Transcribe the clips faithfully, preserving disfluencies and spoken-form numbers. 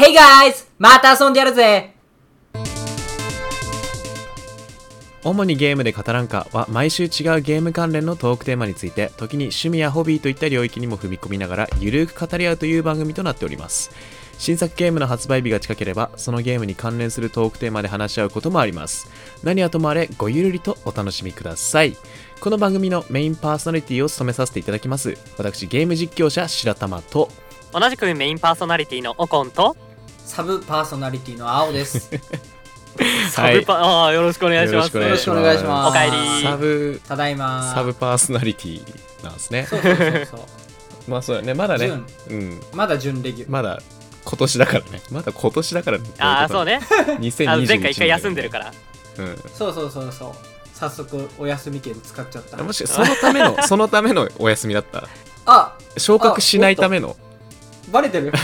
Hey guys! また遊んでやるぜ。 主にゲームで語らんかは毎週違うゲーム関連のトークテーマについて、時に趣味やホビーといった領域にも踏み込みながらゆるく語り合うという番組となっております。新作ゲームの発売日が近ければそのゲームに関連するトークテーマで話し合うこともあります。何はともあれごゆるりとお楽しみください。この番組のメインパーソナリティを務めさせていただきます私ゲーム実況者白玉と、 同じくメインパーソナリティのオコンとサブパーソナリティの青ですサブパ、はい、あよろしくお願いします。 よろしくお願いします。 おかえり。 サブただいま。 サブパーソナリティなんですね。 そうそうそうそうまあそうだね、まだね、 準、 うん、 まだ準レギュまだ今年だからね、まだ今年だからね。 ああそうねにせんにじゅういちねん、 前回一回休んでるから、 うん、 そうそうそうそう、早速お休み券使っちゃった。 もしそのためのそのためのお休みだった。 あ、 昇格しないための。 バレてる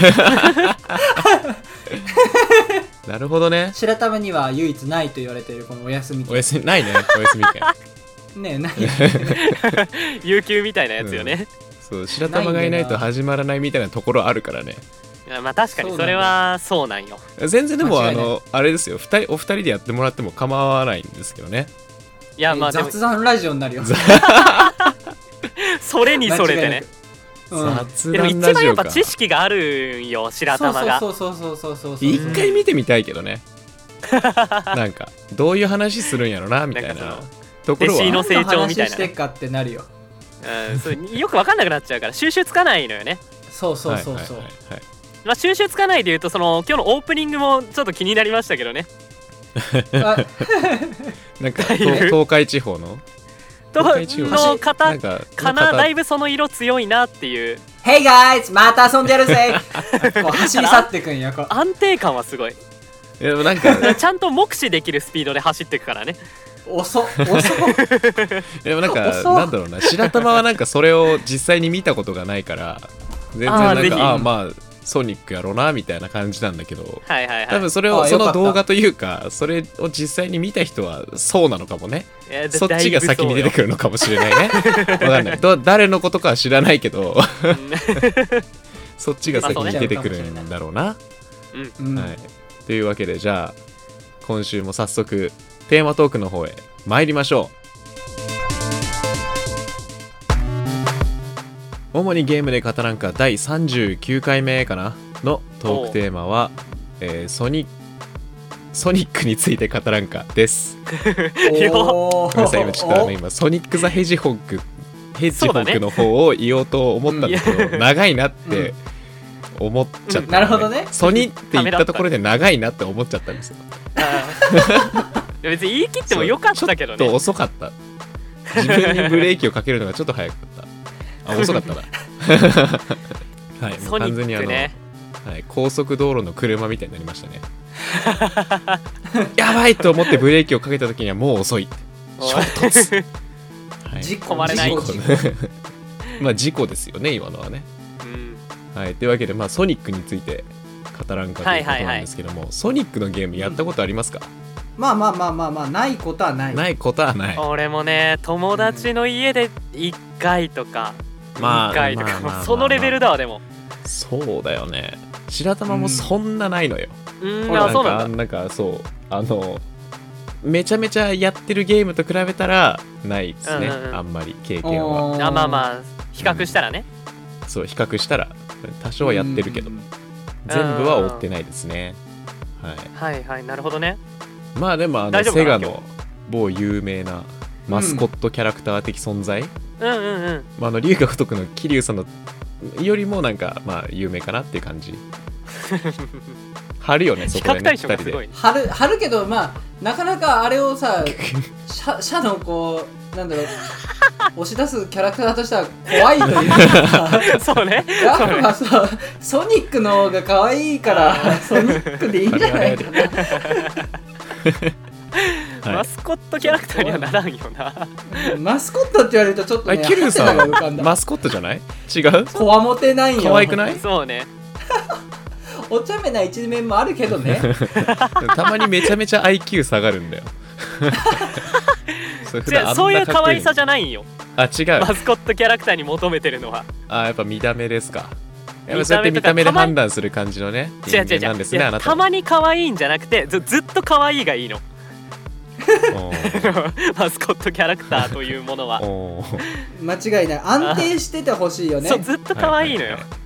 なるほどね。 白玉には唯一ないと言われているこのお休み券。 お休みないね、お休み券ねえ、ない有給みたいなやつよね、 うん、そう、白玉がいないと始まらないみたいなところあるからね。 まあ確かにそれはそうなんよ。 全然でもあのあれですよ、二人お二人でやってもらっても構わないんですけどね。 いやまあでも雑談ラジオになるよそれにそれでね、 うん、雑談ラジオか。 でも一番やっぱ知識があるんよ白玉が。 そうそうそうそうそうそう。 一回見てみたいけどねなんかどういう話するんやろなみたいなところは、 弟子の成長みたいな。 話してっかってなるよ。 うん、そうよく分かんなくなっちゃうから収集つかないのよね。 そうそうそうそう。 まあ収集つかないでいうと、その今日のオープニングもちょっと気になりましたけどねなんか東海地方の東海地方の方かな、だいぶその色強いなっていう。 Hey guys! また遊んでるぜこう走り去ってくんよ。こう安定感はすごい。 いやなんかちゃんと目視できるスピードで走っていくからね。 遅っ遅っでもなんかなんだろうな、白玉はなんかそれを実際に見たことがないから全然なんかああまあソニックやろうなみたいな感じなんだけど、 はいはいはい、 多分それをその動画というかそれを実際に見た人はそうなのかもね。そっちが先に出てくるのかもしれないねわかんない、ど誰のことかは知らないけどそっちが先に出てくるんだろうな、 うん、 はい。というわけでじゃあ今週も早速テーマトークの方へ参りましょう。主にゲームで語らんかだいさんじゅうきゅうかいめかなのトークテーマは、えー、ソニソニックについて語らんかですごめんなさい、今ちょっとあの今ソニック・ザ・ヘジホッグヘジホッグの方を言おうと思ったんだけど、ね、長いなって思っちゃった、ね、うん、 なるほどね。 ソニって言ったところで長いなって思っちゃったんですよ別に言い切ってもよかったけどね。 ちょっと遅かった。自分にブレーキをかけるのがちょっと早かった。あ、遅かったなはい、もう完全にあの、ね、はい、高速道路の車みたいになりましたねやばいと思ってブレーキをかけた時にはもう遅い。衝突はい、 事故まれないまあ事故ですよね今のはね、うん、はい。というわけで、まあ、ソニックについて語らんかということなんですけども、はいはいはい、ソニックのゲームやったことありますか？ うん、まあまあまあまあまあないことはない。 ないことはない。 俺もね友達の家でいっかいとかにかいとかそのレベルだわ。でもそうだよね。白玉もそんなないのよ。 うん、あ、そうなんだ。 なんかそうあのめちゃめちゃやってるゲームと比べたらないですね、うんうんうん、あんまり経験は。 あ、まあまあ比較したらね、 うん、そう比較したら多少はやってるけど、うん、全部は追ってないですね、はい、 はいはい、なるほどね。 まあでもあのセガの某有名なマスコットキャラクター的存在、 うん、うんうんうん、 まあ、あの龍が如くの桐生さんのよりもなんかまあ有名かなっていう感じ貼るよね、そこでね、 比較対象がすごいね。 貼る、貼るけど、まあなかなかあれをさ社, 社のこうなんだろう押し出すキャラクターとしては怖いというかそうね、 やっぱさソニックの方が可愛いからソニックでいいんじゃないかなはい、マスコットキャラクターにはならんよなマスコットって言われるとちょっとね、 キルさんマスコットじゃない？違う？ こわもてないよ。 可愛くない？ そうねお茶目な一面もあるけどねたまにめちゃめちゃ アイキュー 下がるんだよそ, うそういう可愛さじゃないんよ。 あ、違う。 マスコットキャラクターに求めてるのはあ、やっぱ見た目ですか。 やっぱそうやって見た目で判断する感じのね違う違う違うなんですね、あなたたまに可愛いんじゃなくて ず, ずっと可愛いがいいのマスコットキャラクターというものは間違いない、安定しててほしいよね。 そうずっと可愛いのよ、はいはいはい、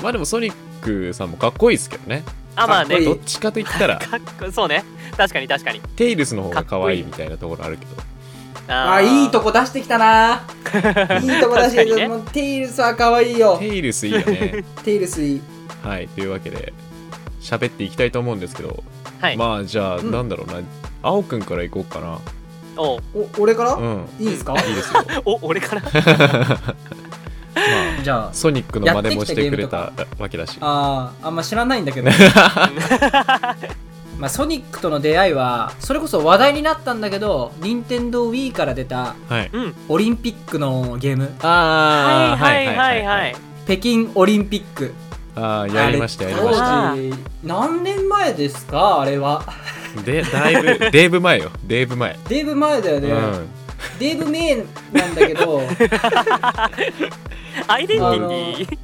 まあでもソニックさんもかっこいいですけどね。 あまあねどっちかと言ったらかっこそうね、確かに確かにテイルスの方が可愛いみたいなところあるけど、 ああいいとこ出してきたな。いいとこ出してきた、ね、もうテイルスは可愛いよ。 テイルスいいよねテイルスいい。はい、 というわけで喋っていきたいと思うんですけど、 はい、 まあじゃあ、うん、なんだろうな、青くんからいこうかな。 おお俺から、 うん、 いいですか。 いいですよお俺からまあ、じゃあソニックの真似もしてくれたわけだし、 あああんま知らないんだけどまあソニックとの出会いはそれこそ話題になったんだけど、任天堂 Wii から出た、はい、オリンピックのゲーム、 ああはいはいはいはい、 北京オリンピック、 ああやりましたやりました。 当時何年前ですかあれは。 でだいぶデーブ前よ、デーブ前デーブ前だよね、うん、デーブメイなんだけどアイデンティティ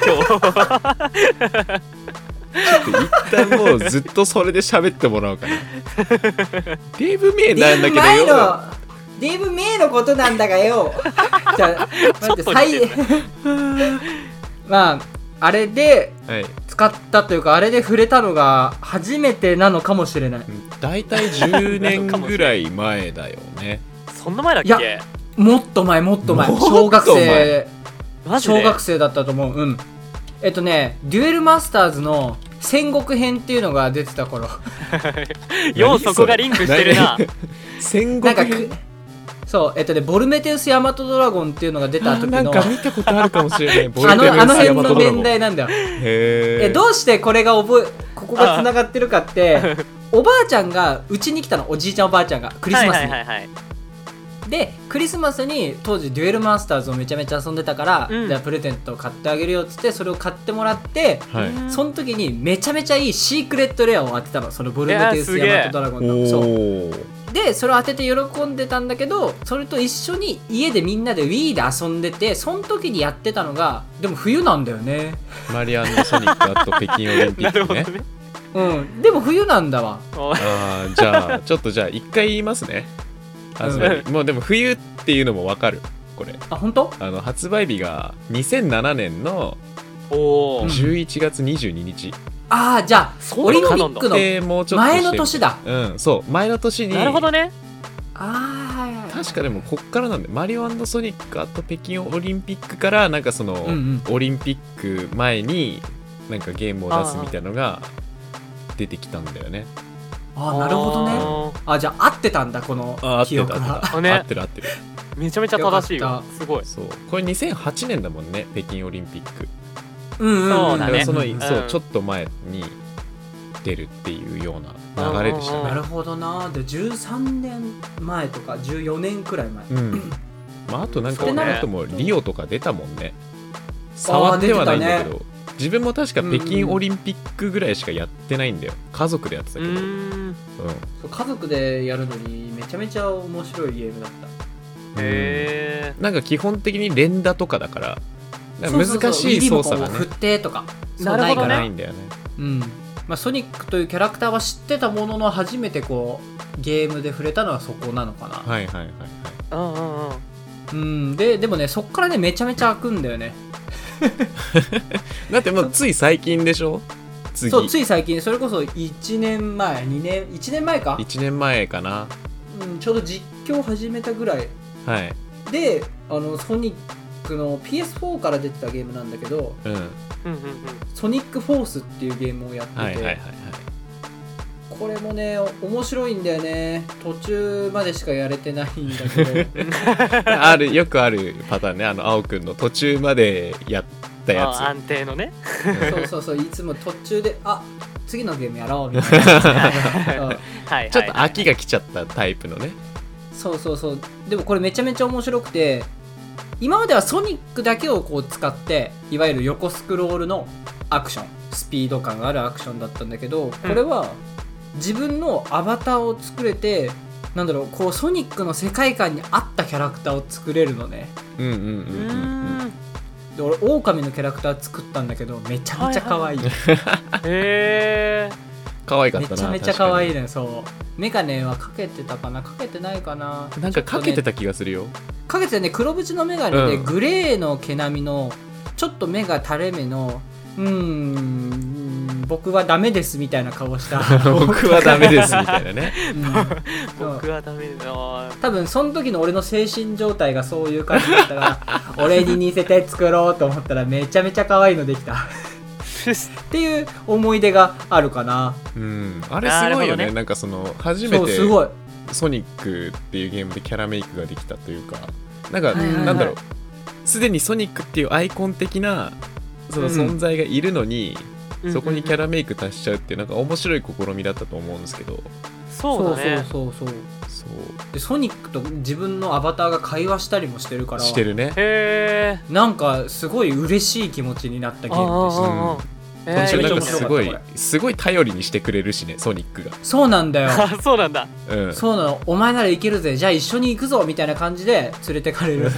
一旦もうずっとそれで喋ってもらおうかなデーブメイなんだけどよ、 デーブメイのことなんだがよじゃあ待って最まああれで使ったというか、はい、あれで触れたのが初めてなのかもしれない。 だいたいじゅうねんぐらい前だよねそんな前だっけ。 いやもっと前もっと前、小学生小学生だったと思う。うんえっとねデュエルマスターズの戦国編っていうのが出てた頃ようそこがリンクしてるな戦国編そうえっとねボルメテウスヤマトドラゴンっていうのが出た時のなんか見たことあるかもしれないボルあのあの辺の年代なんだよ。 へえどうしてこれが覚えここがつながってるかっておばあちゃんがうちに来たの、おじいちゃんおばあちゃんがクリスマスに、はいはいはいはい、でクリスマスに当時デュエルマスターズをめちゃめちゃ遊んでたから、うん、じゃあプレゼントを買ってあげるよっつってそれを買ってもらって、はい、その時にめちゃめちゃいいシークレットレアを当てたの、そのボルメテウスヤマトドラゴンの。そうでそれを当てて喜んでたんだけど、それと一緒に家でみんなで Wii で遊んでて、その時にやってたのがでも冬なんだよね。 マリアンのソニックあと北京オリンピック ね, ねうんでも冬なんだわ。 あじゃあちょっとじゃあ一回言いますね。発売日、うん、もうでも冬っていうのも分かるこれ。 あ本当？ あの発売日がにせんななねんのじゅういちがつにじゅうににち、うん、 ああじゃあオリンピックの前の年だ。 うんそう前の年に。 なるほどね。 ああ確かでもこっからなんで、マリオ&ソニックあと北京オリンピックからなんかその、うんうん、オリンピック前になんかゲームを出すみたいなのが出てきたんだよね。 ああなるほどね。あじゃあ合ってたんだこの記憶が。 合ってる合ってる合ってる。 めちゃめちゃ正しいよ。すごい。 そうこれにせんはちねんだもんね、北京オリンピック。 うんうん、 そうだね。 その、 うん、 そうちょっと前に出るっていうような流れでしたね。 なるほどな。でじゅうさんねんまえとかじゅうよねんくらい前。 うんまあ、あとなんかあともリオとか出たもんね。触ってはないんだけど、ね、自分も確か北京オリンピックぐらいしかやってないんだよ。家族でやってたけど、うん、うん、 そう家族でやるのにめちゃめちゃ面白いゲームだった。 へー、 なんか基本的に連打とかだから難しい操作がね、 振ってとかなるほどね、 ないんだよね。 うんまあ、ソニックというキャラクターは知ってたものの初めてこうゲームで触れたのはそこなのかな。 はいはいはいはい。 うんうんうん。 うんででもねそっからねめちゃめちゃ開くんだよね。 だってもうつい最近でしょ。次そうつい最近、それこそいちねんまえにねんいちねんまえかいちねんまえかな、 うん、ちょうど実況始めたぐらい、 はい、 であのソニックの ピーエスフォー から出てたゲームなんだけど、 うん、 ソニックフォースっていうゲームをやってて、はいはいはいはい、これもね面白いんだよね。途中までしかやれてないんだけどあるよくあるパターンね、あの青くんの途中までやったやつ、 安定のねそうそうそういつも途中であ次のゲームやろうみたいなはいちょっと飽きが来ちゃったタイプのね。 そうそうそうでもこれめちゃめちゃ面白くて、今まではソニックだけをこう使っていわゆる横スクロールのアクション、スピード感があるアクションだったんだけど、これは自分のアバターを作れて、なんだろうこうソニックの世界観に合ったキャラクターを作れるのね。 うんうんうんうん、うん、 で俺狼のキャラクター作ったんだけどめちゃめちゃ可愛い、はいはい、 へー可愛かったな。 めちゃめちゃ可愛いね。そうメガネはかけてたかなかけてないかな、 なんかかけてた気がするよ、ね、 かけてたね。黒縁のメガネで、うん、グレーの毛並みのちょっと目が垂れ目のうーん僕はダメですみたいな顔した僕はダメですみたいなね、 うん、僕はダメです。 多分その時の俺の精神状態がそういう感じだったから俺に似せて作ろうと思ったらめちゃめちゃ可愛いのできたっていう思い出があるかな。 うん、あれすごいよ ね, ねなんかその初めてソニックっていうゲームでキャラメイクができたというか、なんか、はいはいはい、なんだろう、すでにソニックっていうアイコン的なその存在がいるのに、うん、そこにキャラメイク足しちゃうっていうなんか面白い試みだったと思うんですけど、 そうだね、 そうそうそうそうそうでソニックと自分のアバターが会話したりもしてるから、 してるね。 へー、 なんかすごい嬉しい気持ちになったゲームでした。 うん、えー、なんかすごいすごい頼りにしてくれるしね、ソニックが。 そうなんだよそうなんだ、 うん、そうなの。お前ならいけるぜ、じゃあ一緒に行くぞみたいな感じで連れてかれる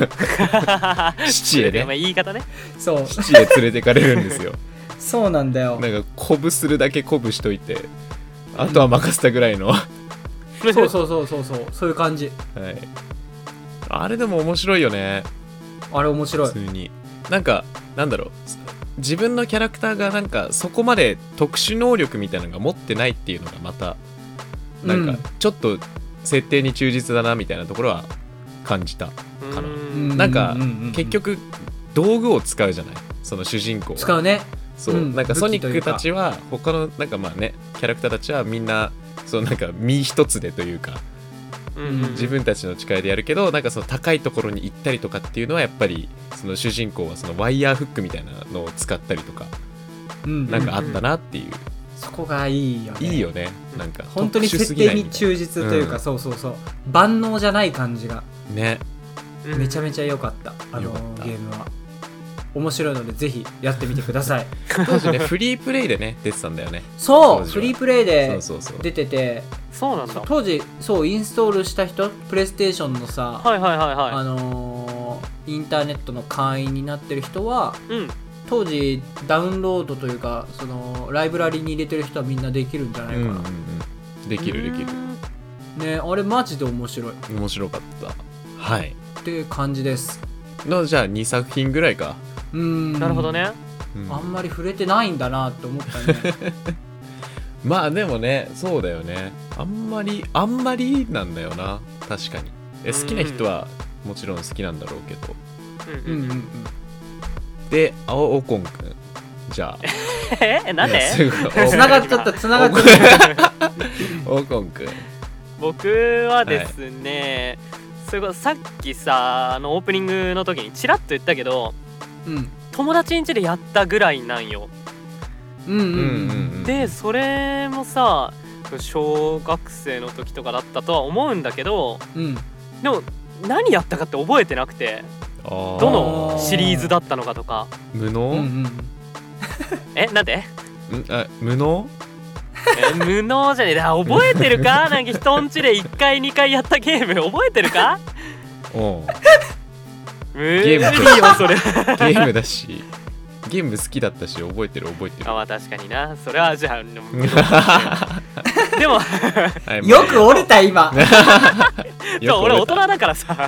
七へね、 言い方ね、 そう七へ連れてかれるんですよそうなんだよ。 なんか鼓舞するだけ鼓舞しといてあとは任せたぐらいのそうそうそうそうそうそういう感じ、 はい、あれでも面白いよね。 あれ面白い。 普通になんかなんだろう、自分のキャラクターがなんかそこまで特殊能力みたいなのが持ってないっていうのがまたなんかちょっと設定に忠実だなみたいなところは感じたかな。んなんか結局道具を使うじゃない、その主人公は使うね。 そう、うん、なんかソニックたちは他のなんかまあねキャラクターたちはみんなそうなんか身一つでというか、うんうん、自分たちの力でやるけどなんかその高いところに行ったりとかっていうのはやっぱりその主人公はそのワイヤーフックみたいなのを使ったりとか、うん、なんかあったなっていう、うんうんうん、 そこがいいよね。 いいよね。なんか本当に設定に忠実というか、うん、そうそうそう万能じゃない感じがねめちゃめちゃ良かった、あのゲームは面白いのでぜひやってみてください当時ねフリープレイでね出てたんだよね。 そうフリープレイで出てて、 そうなんだ。 当時そうインストールした人プレイステーションのさ、 はいはいはいはい、 あのー、インターネットの会員になってる人は、 うん、 当時ダウンロードというかそのライブラリに入れてる人はみんなできるんじゃないかな、うんうんうん、できるできるね。あれマジで面白い。 面白かったはいっていう感じですの。じゃあにさく品ぐらいか。 うーんなるほどね、 うん、あんまり触れてないんだなって思ったねまあでもねそうだよね、あんまりあんまりなんだよな確かに。え好きな人はもちろん好きなんだろうけど、 うんうんうん、 で青おこんくんじゃあえなんでつながっちゃったつながっちゃったおこんくん僕はですね、はい、それこそさっきさあのオープニングの時にチラッと言ったけど、うん、友達ん家でやったぐらいなんよ。 うんうんうんうん、 でそれもさ小学生の時とかだったとは思うんだけど、 うん、 でも何やったかって覚えてなくて、どのシリーズだったのかとか。 無能、うんうん、 えなんでんあ無能え無能じゃねえだ。覚えてるかなんか人ん家でいっかいにかいやったゲーム覚えてるかおう無理よそれゲームだしゲーム好きだったし覚えてる覚えてる。 あまあ確かになそれはじゃあでもよく折れた今そう俺大人だからさ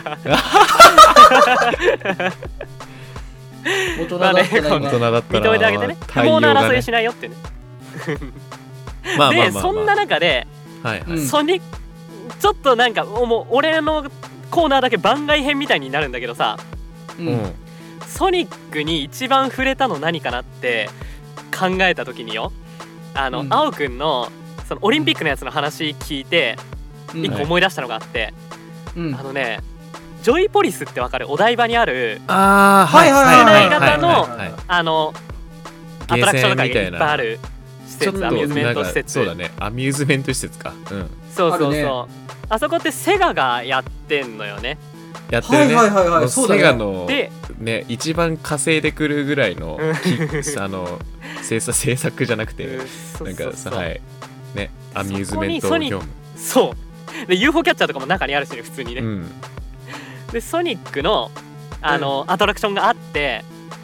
大人だったら今、 大人だったら認めてあげてね。不毛な争いしないよってねまあまあまあまあ、 でそんな中で、 はいはい、 ソニちょっとなんかもう俺のコーナーだけ番外編みたいになるんだけどさ、 うん、 ソニックに一番触れたの何かなって考えた時によ、あの、うん、青くんのそのオリンピックのやつの話聞いて一個思い出したのがあって、うん、あのねジョイポリスってわかる？お台場にあるあーはいはいはい型のあのアトラクションとかいっぱいある施設、アミューズメント施設。 そうだね、アミューズメント施設か、うん、 そうそうそう、ね、あそこってセガがやってんのよね。 やってるね、 はいはいはいはい、 セガのね一番稼いでくるぐらいのあの制作制作じゃなくてなんかさ、はいね、アミューズメント業務。 そうで ユーフォー キャッチャーとかも中にあるしね普通にね、 うん、 でソニックのあの、うん、アトラクションがあって、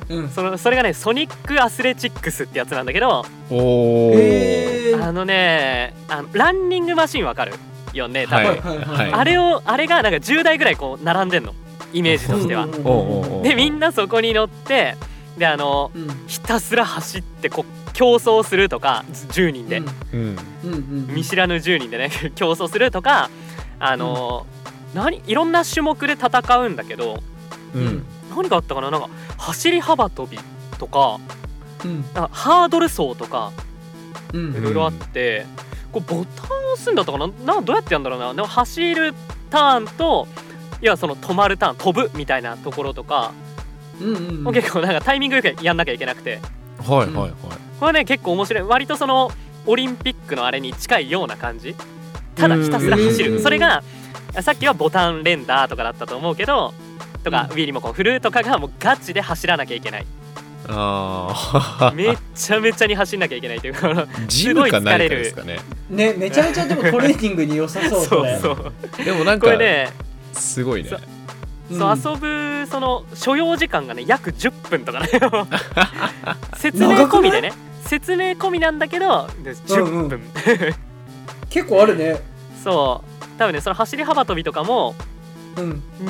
うん、 そのそれがねソニックアスレチックスってやつなんだけど、 おーあのねあのランニングマシンわかるよね多分、 はいはいはい、 あれをあれがなんかじゅうだいぐらいこう並んでんのイメージとしては。 うんうんおうでみんなそこに乗ってであの、 うん、 ひたすら走ってこう競争するとかじゅうにんで、 うんうんうん、 見知らぬじゅうにんでね競争するとかあの、うん、何いろんな種目で戦うんだけど、 うん、 何があったかななんか走り幅跳びとか、 うん、 なんかハードル走とかうん、 いろいろあって、こうボタンを押すんだったかななどうやってやるんだろうな。でも走るターンといやその止まるターン飛ぶみたいなところとか、 うんうんうん、 結構なんかタイミングよくやんなきゃいけなくて、 はいはいはい、 これね結構面白い。割とそのオリンピックのあれに近いような感じ。ただひたすら走る。それがさっきはボタン連打とかだったと思うけどとか、うん、ウィーリモコン振るとかがもうガチで走らなきゃいけない。 あめちゃめちゃに走んなきゃいけないというかジムか何かですかね。 ね、めちゃめちゃでもトレーニングに良さそう。 そうそうでもなんかこれねすごいね。 そう、うん、遊ぶその所要時間がね約じゅっぷんとかね説明込みでね説明込みなんだけどじゅっぷん、うんうん、 結構あるね。 そう多分ねその走り幅跳びとかも、うん、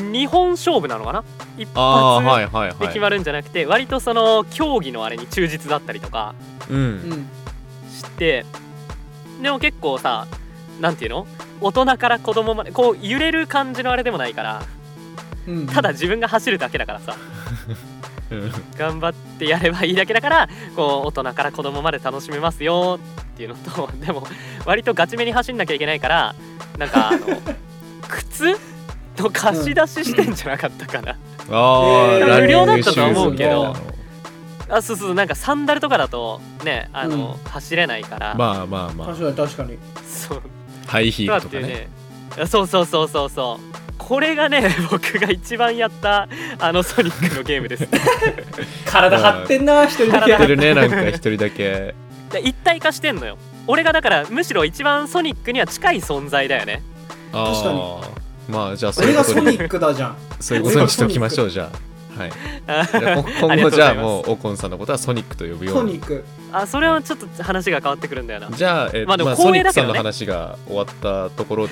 にほん勝負なのかな一発で決まるんじゃなくて、割とその競技のあれに忠実だったりとかして、うん、でも結構さなんていうの大人から子供までこう揺れる感じのあれでもないから、うん、ただ自分が走るだけだからさ頑張ってやればいいだけだからこう大人から子供まで楽しめますよっていうのと、でも割とガチめに走んなきゃいけないからなんかあの靴の貸し出ししてんじゃなかったかな、 うん、あー無料だったと思うけど、あそうそうなんかサンダルとかだとねあの、うん、走れないからまあまあまあ確かに確かにそうハイヒールとかね、 そうそうそうそうそうこれがね僕が一番やったあのソニックのゲームです体張ってんな一人だけ張ってるねなんか一人だけで一体化してんのよ。俺がだからむしろ一番ソニックには近い存在だよね。 あ確かにまあじゃあそういう俺がソニックだじゃんそういうことにしておきましょうじゃあはい今後じゃあもうオコンさんのことはソニックと呼ぶように。 ソニックあそれはちょっと話が変わってくるんだよな。 じゃあ、えーまあ、でもソニックさんの話が終わったところで、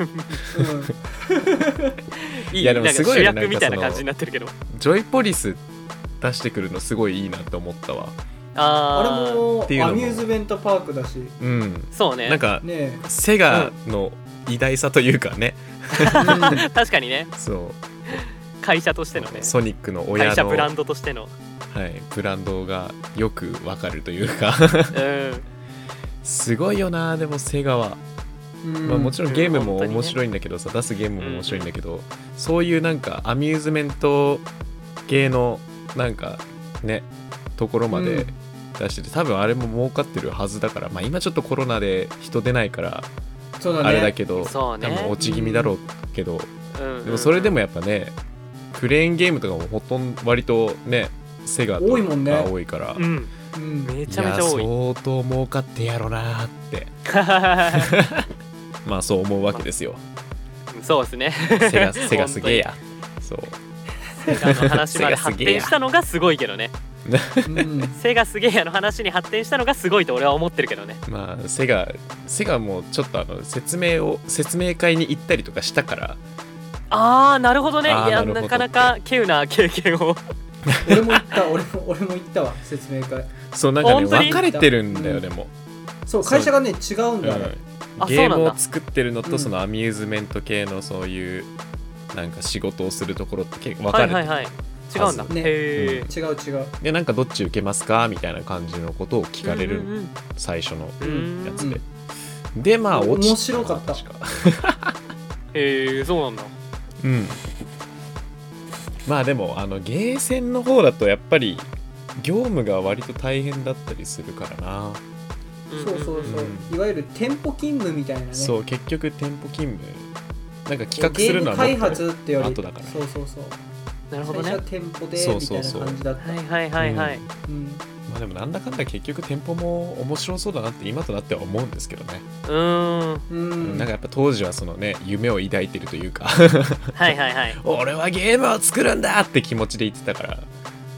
うん、いやでもすごい、ね、主役みたいな感じになってるけどジョイポリス出してくるのすごいいいなと思ったわ。 あれもアミューズメントパークだし、 うん、 そうねなんか、ね、セガの偉大さというかね、 うん、確かにねそう会社としてのねソニックの親の会社ブランドとしてのはい、ブランドがよくわかるというか、うん、すごいよな。でもセガは、うんまあ、もちろんゲームも面白いんだけどさ、ね、出すゲームも面白いんだけど、うん、そういうなんかアミューズメント系のなんかねところまで出してて、多分あれも儲かってるはずだから、まあ、今ちょっとコロナで人出ないからあれだけど、 そうね、 多分落ち気味だろうけど、 うん、 でもそれでもやっぱねクレーンゲームとかもほとんど割とねセガとか多いから、 うんうん、めちゃめちゃ多い。 いや相当儲かってやろなってまあそう思うわけですよ。 そうですねセガ、セガすげえや。そうセガの話まで発展したのがすごいけどねセガすげえやの話に発展したのがすごいと俺は思ってるけどね。 まあセガセガもちょっとあの説明を説明会に行ったりとかしたから、 ああなるほどね。いやなかなか稀有な経験を俺も行った俺も俺も行ったわ説明会。 そうなんかね分かれてるんだよ、うん、でもそう会社がね違うんだよ、 うん、ゲームを作ってるのとそのアミューズメント系のそういうなんか仕事をするところって結構分かれてる、はいはいはい、 違うんだ、ね、へー、うん、違う違うでなんかどっち受けますかみたいな感じのことを聞かれる、うんうんうん、最初のやつで、うん、でまあ落ち面白かったへえー、そうなんだ。 うんまあでもあのゲーセンの方だとやっぱり業務が割と大変だったりするからな。 そうそうそう、うん、いわゆる店舗勤務みたいなね。 そう結局店舗勤務なんか企画するのはもっとゲーム開発ってより後だから。 そうそうそうなるほどね。 最初は店舗でみたいな感じだった。 はいはいはいはい、 うんうんまあ、でもなんだかんだ結局店舗も面白そうだなって今となっては思うんですけどね。 うーんうんなんかやっぱ当時はそのね夢を抱いてるというかはいはいはい俺はゲームを作るんだって気持ちで言ってたから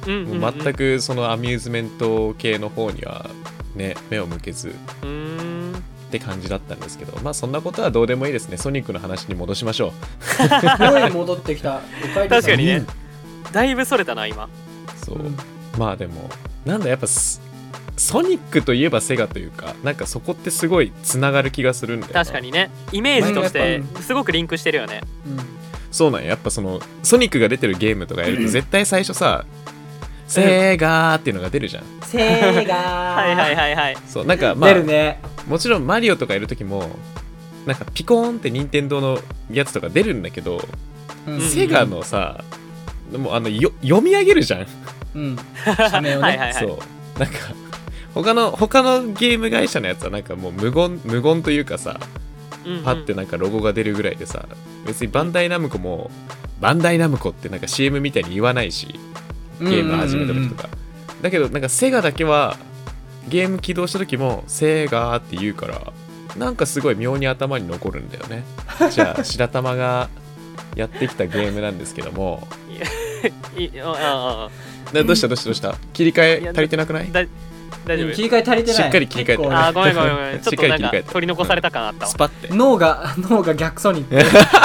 うんうんうん、 もう全くそのアミューズメント系の方にはね目を向けずうーんって感じだったんですけど、まあそんなことはどうでもいいですね。ソニックの話に戻しましょう。 すごい戻ってきた。 確かにね、だいぶそれたな今。 そう、うん、まあでもなんだやっぱソニックといえばセガというか、なんかそこってすごいつながる気がするんだよな。 確かにね、イメージとしてすごくリンクしてるよね。 うん、そうなんや。やっぱそのソニックが出てるゲームとかやると絶対最初さ、うん、セガーっていうのが出るじゃん。 セガーはいはいはいはい。 そうなんかまあ出るね。 もちろんマリオとかやるときもなんかピコーンって任天堂のやつとか出るんだけど、うん、セガのさもうあのよ読み上げるじゃん。 うん。社名をね。はいはいはい。 そうなんか他の他のゲーム会社のやつはなんかもう無言無言というかさ、うんうん、パッてなんかロゴが出るぐらいでさ、別にバンダイナムコもバンダイナムコってなんか シーエム みたいに言わないし、ゲーム始めた時とか、うんうんうん、だけどなんかセガだけはゲーム起動した時もセガーって言うから、なんかすごい妙に頭に残るんだよね。じゃあ白玉がやってきたゲームなんですけどもいいああどうしたどうしたどうした切り替え足りてなくない？ 大丈夫。 切り替え足りてない。 しっかり切り替えて。 あーごめんごめんごめん。ちょっとなんか取り残されたかなと。 スパッて。 脳が脳が逆ソニック。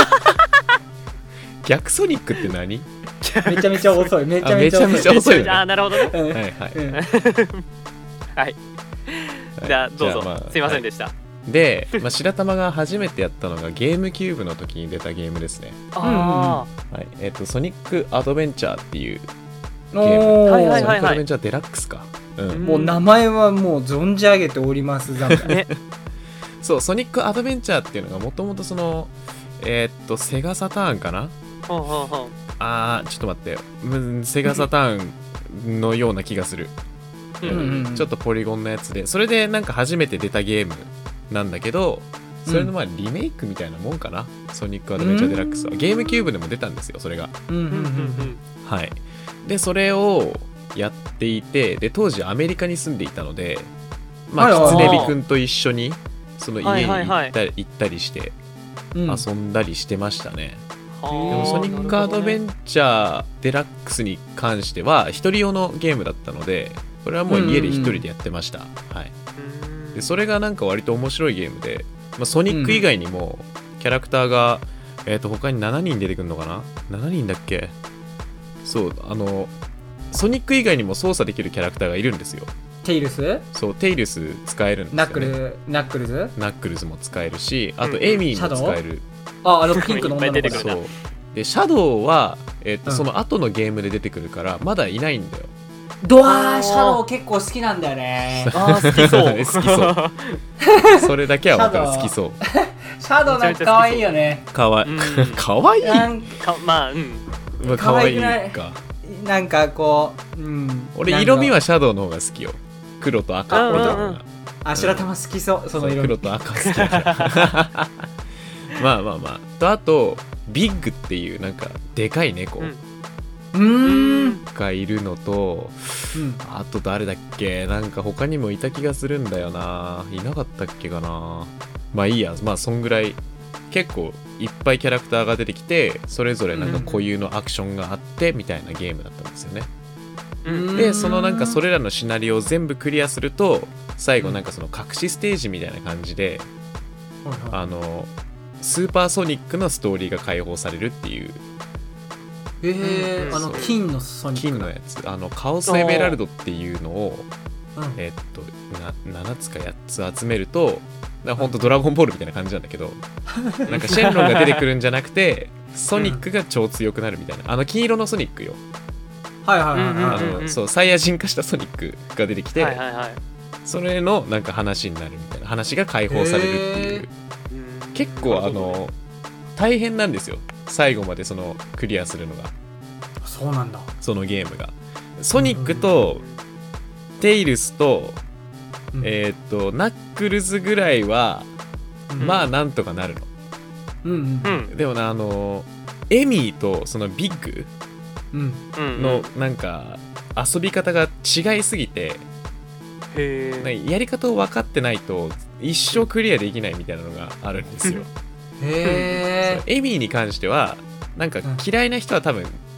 逆ソニックって何？ めちゃめちゃ遅い。めちゃめちゃ遅い。 めちゃめちゃ遅いよね。 あーなるほどね。 はいはい。 はい。じゃあどうぞ。まあ、すいませんでした。 はい、で、まあ、白玉が初めてやったのがゲームキューブの時に出たゲームですね。 ああ。はい。えっ、ー、とソニックアドベンチャーっていうゲーム。 はいはいはいはい。 ソニックアドベンチャーデラックスか。うん、 もう名前はもう存じ上げておりますが、ね、 そうソニックアドベンチャーっていうのがもともとそのえー、っとセガサターンかな。 ほうほうほう。 あーちょっと待ってセガサターンのような気がする、うんうんうん、ちょっとポリゴンのやつで、それでなんか初めて出たゲームなんだけど、それのまあリメイクみたいなもんかな、うん、ソニックアドベンチャーデラックスはゲームキューブでも出たんですよそれが、 うんうんうんうん、 はい。でそれをやっていて、で当時アメリカに住んでいたので、まあキツネビくんと一緒にその家に行ったり、はいはいはい、行ったりして遊んだりしてましたね、うん、でもソニックアドベンチャーデラックスに関しては一人用のゲームだったので、これはもう家で一人でやってました、うんうん、はい。でそれがなんか割と面白いゲームで、まあ、ソニック以外にもキャラクターが、えーと他にしちにん出てくるのかな、しちにんだっけ。そうあのソニック以外にも操作できるキャラクターがいるんですよ。 テイルス？ そうテイルス使えるんですよ、ね、 ナックルナックルズ？ ナックルズも使えるし、あとエミーも使える、 うん、ああのピンクの女の子だ。 そうでシャドウは、えーとうん、その後のゲームで出てくるからまだいないんだよ。 ドアーシャドウ結構好きなんだよね。 あー好きそう好きそうそれだけは分かる。好きそうシャドウなんか可愛いよね。 かわいいかわいいかまあうんまあ、かわいいか。 なんかこう、うん、 俺色味はシャドウの方が好きよ。黒と赤みたいな。 あ、白玉好きそう、その色味。 黒と赤好きだからまあまあまあと、あとビッグっていうなんかでかい猫、 うん、 がいるのと、うん、あと誰だっけ、なんか他にもいた気がするんだよな。いなかったっけかな。まあいいや、まあそんぐらい結構いっぱいキャラクターが出てきて、それぞれなんか固有のアクションがあってみたいなゲームだったんですよね、うん、でそのなんかそれらのシナリオを全部クリアすると最後なんかその隠しステージみたいな感じで、うん、あのスーパーソニックのストーリーが解放されるっていう。 へえ、あの金のソニック、 金のやつ、あのカオスエメラルドっていうのを、うん、えー、っとなななつかやっつ集めると、ほんとドラゴンボールみたいな感じなんだけどなんかシェンロンが出てくるんじゃなくてソニックが超強くなるみたいな、あの金色のソニックよ。 はいはいはいはい、 あのそうサイヤ人化したソニックが出てきて、 はいはいはい、 それのなんか話になるみたいな、話が解放されるっていう、結構あの大変なんですよ最後までそのクリアするのが。 そうなんだ。 そのゲームがソニックとテイルスと、うん、えー、っとナックルズぐらいは、うん、まあなんとかなるの、 うんうん、 でもな、あのエミーとそのビッグのなんか遊び方が違いすぎて、 へやり方を分かってないと一生クリアできないみたいなのがあるんですよへー。 エミーに関してはなんか嫌いな人は多分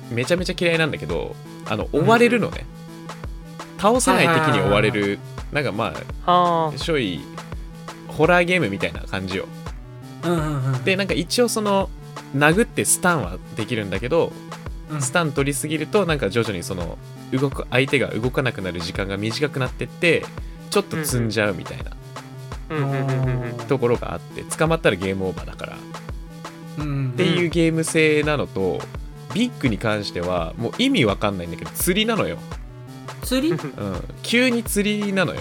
めちゃめちゃ嫌いなんだけど、あの追われるのね、うん、倒せない敵に追われる、なんかまあちょいホラーゲームみたいな感じよ、うんうんうん、でなんか一応その殴ってスタンはできるんだけど、うん、スタン取りすぎるとなんか徐々にその動く相手が動かなくなる時間が短くなってってちょっと積んじゃうみたいな、うん、ところがあって捕まったらゲームオーバーだから、うん、っていうゲーム性なのと、ビッグに関してはもう意味わかんないんだけど釣りなのよ。 釣り、うん、 急に釣りなのよ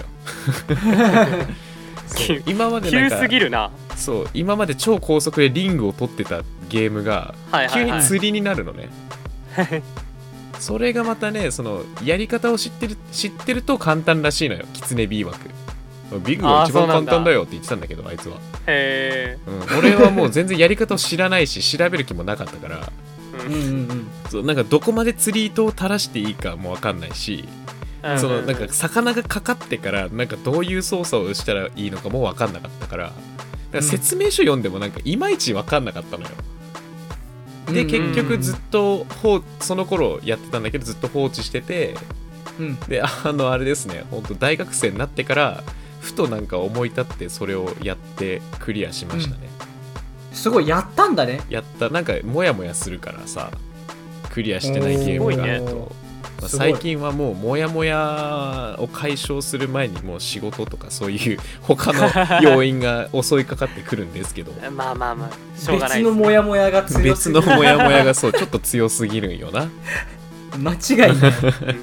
そう今までなんか急すぎるな。 そう今まで超高速でリングを取ってたゲームが急に釣りになるのね、はいはいはい、それがまたねそのやり方を知ってる知ってると簡単らしいのよ。キツネ B 枠ビッグが一番簡単だよって言ってたんだけど、あいつはへー、うん、俺はもう全然やり方を知らないし調べる気もなかったからうんうんうん、そうなんかどこまで釣り糸を垂らしていいかも分かんないし、うん、そのなんか魚がかかってからなんかどういう操作をしたらいいのかも分かんなかったから、だから説明書読んでもなんかいまいち分かんなかったのよ。で結局ずっと放その頃やってたんだけどずっと放置してて、うん、であのあれですね、本当大学生になってからふとなんか思い立ってそれをやってクリアしましたね、 うん、すごいやったんだね。 やった。なんかモヤモヤするからさ、クリアしてないゲームがあると、まあ、最近はもうモヤモヤを解消する前にもう仕事とかそういう他の要因が襲いかかってくるんですけどまあまあまあしょうがないです、ね、別のモヤモヤが強すぎる別のモヤモヤがそうちょっと強すぎるんよな間違いない、はい、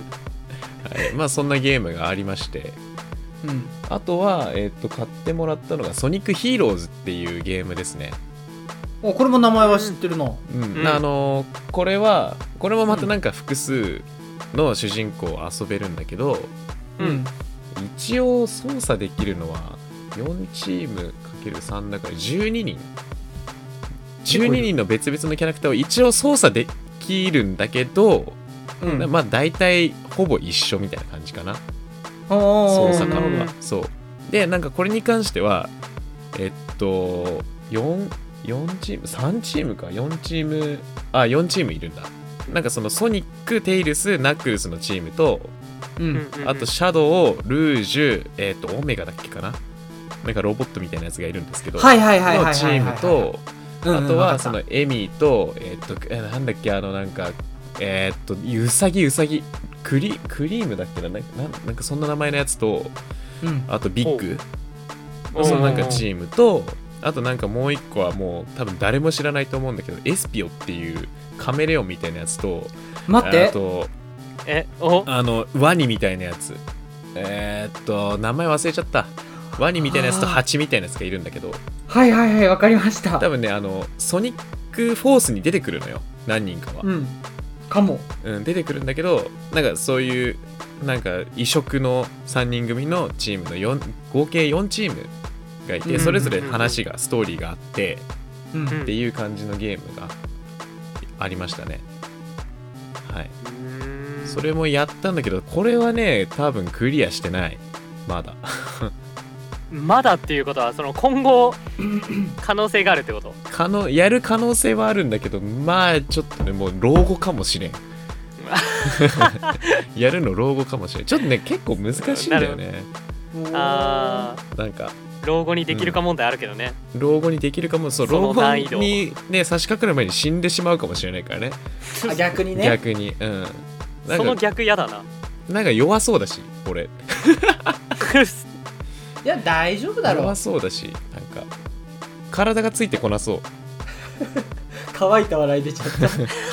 まあそんなゲームがありまして、うん、あとは、えー、と買ってもらったのがソニックヒーローズっていうゲームですね。 おこれも名前は知ってるな、 うんうん、あのー、これはこれもまたなんか複数の主人公を遊べるんだけど、うん、一応操作できるのはよんチーム かけるさん だからじゅうににんじゅうににんの別々のキャラクターを一応操作できるんだけど、うん、まあ大体ほぼ一緒みたいな感じかな、操作感は。そうでなんかこれに関してはえっとよんチームさんチームかよんチームあよんチームいるんだ。なんかそのソニック、テイルス、ナックルスのチームと、うん、あとシャドウ、ルージュ、えっとオメガだっけかな、なんかロボットみたいなやつがいるんですけど、のチームと、あとはそのエミとえっとなんだっけあのなんかえっとウサギウサギクリクリームだっけな、なんかなんかそんな名前のやつと、うん、あとビッグそのなんかチームと、あとなんかもう一個はもう多分誰も知らないと思うんだけどエスピオっていうカメレオンみたいなやつと、 待ってあとえおあのワニみたいなやつ、えー、っと名前忘れちゃった。ワニみたいなやつとハチみたいなやつがいるんだけど、 はいはいはいわかりました。 多分ねあのソニックフォースに出てくるのよ、何人かは、 うん、かも、 うん、出てくるんだけど、なんかそういうなんか異色のさんにん組のチームのよん合計よんチームがいて、それぞれ話がストーリーがあって、うん、っていう感じのゲームがありましたね。はい。それもやったんだけど、これはね多分クリアしてない、まだまだっていうことはその今後可能性があるってこと？ 可能やる可能性はあるんだけど、まあちょっとねもう老後かもしれんやるの老後かもしれん。ちょっとね結構難しいんだよね。 あーなんか老後にできるか問題あるけどね、 うん、老後にできるかも。そう老後にね差し掛かる前に死んでしまうかもしれないからねあ逆にね逆に、うん、 その逆やだな。 なんか弱そうだし俺いや大丈夫だろう。 弱そうだしなんか体がついてこなそう乾いた笑い出ちゃった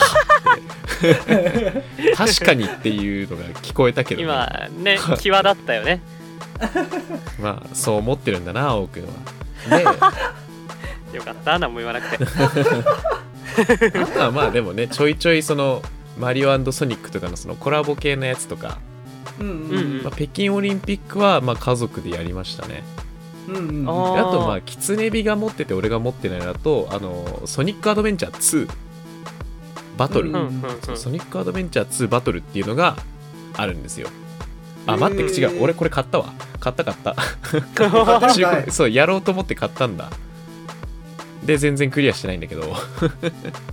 確かにっていうのが聞こえたけど、ね、 今ね際立ったよねまあそう思ってるんだな青くんはでよかった何も言わなくてあとはまあでもねちょいちょいそのマリオ&ソニックとかのそのコラボ系のやつとか、うんうんうんまあ、北京オリンピックはまあ家族でやりましたね、うんうん、あとまあキツネビが持ってて俺が持ってないのだとあのソニックアドベンチャーツーバトル、うんうんうんうん、ソニックアドベンチャーツーバトルっていうのがあるんですよ。あ待って違う俺これ買ったわ買った買ったそうやろうと思って買ったんだ。で全然クリアしてないんだけど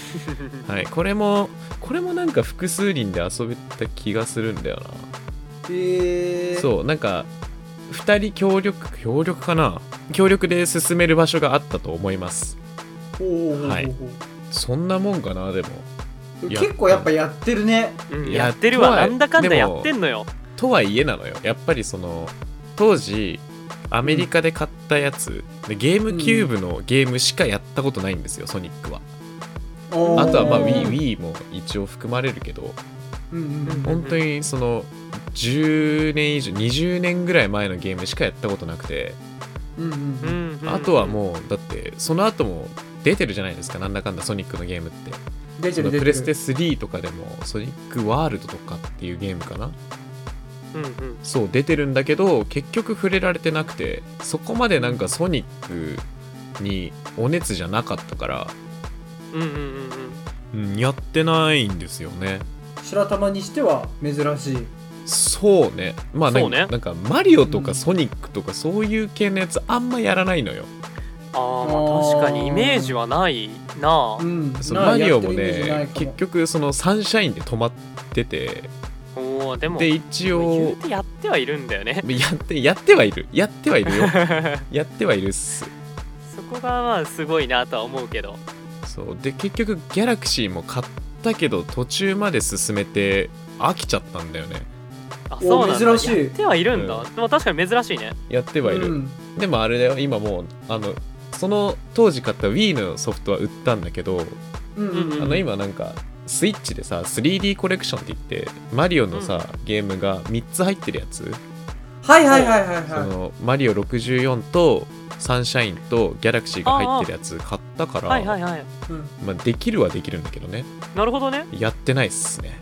はい、これもこれもなんか複数人で遊べた気がするんだよな。 へえ。 そうなんかふたり協力協力かな協力で進める場所があったと思います。はい、そんなもんかな。でも結構やっぱやってるね、 うん、やってるわ。なんだかんだやってんのよ。 とはいえなのよ、やっぱりその当時アメリカで買ったやつ、うん、でゲームキューブのゲームしかやったことないんですよ、うん、ソニックは。あとはまあ Wii, Wii も一応含まれるけど、うんうんうん、本当にそのじゅうねん以上にじゅうねんぐらい前のゲームしかやったことなくて、うんうんうん、あとはもうだってその後も出てるじゃないですか、なんだかんだソニックのゲームって。 出てる出てる。 プレステスリーとかでもソニックワールドとかっていうゲームかな、うんうん、そう出てるんだけど結局触れられてなくて、そこまでなんかソニックにお熱じゃなかったから、うんうんうんうん、やってないんですよね。 白玉にしては珍しい。 そうね、まあなんか、ね、なんかマリオとかソニックとかそういう系のやつあんまやらないのよ。 あー、まあ確かにイメージはないな、うん、 そのマリオもね結局そのサンシャインで止まってて、 おでもで一応言うてやってはいるんだよね。 やってやってはいるやってはいるよやってはいるっす。 そこがまあすごいなとは思うけど。 そうで結局ギャラクシーも買ったけど途中まで進めて飽きちゃったんだよね。 あ、そうなんだ。珍しい。やってはいるんだ、うん、でも確かに珍しいね。 やってはいる、うん、でもあれだよ、今もうあのその当時買った Wii のソフトは売ったんだけど、うんうんうん、あの今なんかスイッチでさ スリーディー コレクションって言ってマリオのさ、うん、ゲームがみっつ入ってるやつ、 はいはいはいはいはい、 そのマリオろくじゅうよんとサンシャインとギャラクシーが入ってるやつ買ったから、はいはいはい、まあ、できるはできるんだけどね。 なるほどね。 やってないっすね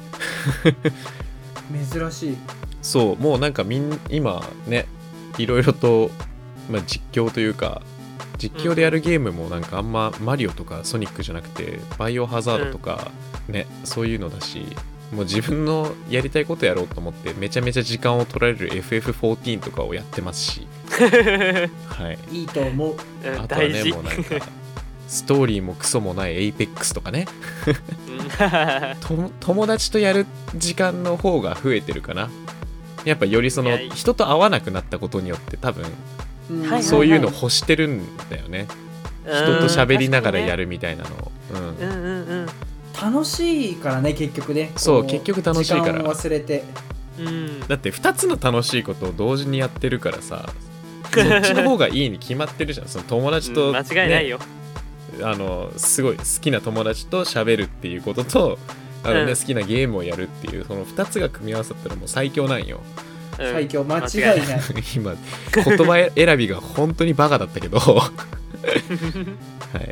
珍しい。 そうもうなんかみん今ねいろいろと、まあ、実況というか実況でやるゲームもなんかあんまマリオとかソニックじゃなくてバイオハザードとかね、うん、そういうのだし、もう自分のやりたいことやろうと思ってめちゃめちゃ時間を取られる エフエフフォーティーン とかをやってますしはい、 いいと思う。 あとはねもうなんかストーリーもクソもないエイペックスとかねと友達とやる時間の方が増えてるかな。やっぱよりその人と会わなくなったことによって多分そういうの欲してるんだよね、人と喋りながらやるみたいなのを、うんうんうんうん、 楽しいからね結局ね。 そう結局楽しいから時間を忘れて、 うん、だってふたつの楽しいことを同時にやってるからさそっちの方がいいに決まってるじゃん。その友達と、 ね、間違いないよ。 あのすごい好きな友達と喋るっていうこととあの、ねうん、好きなゲームをやるっていうそのふたつが組み合わさったらもう最強なんよ、 うん、最強間違いない今言葉選びが本当にバカだったけどはい、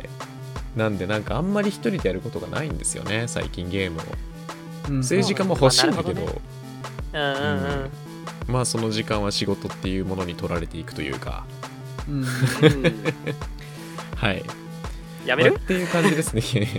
なんでなんかあんまり一人でやることがないんですよね最近ゲームを、うん、そういう時間も欲しいんだけど、まあ、ね、うんうんうん、まあその時間は仕事っていうものに取られていくというか、うん、はいやめる、 まあ、っていう感じですね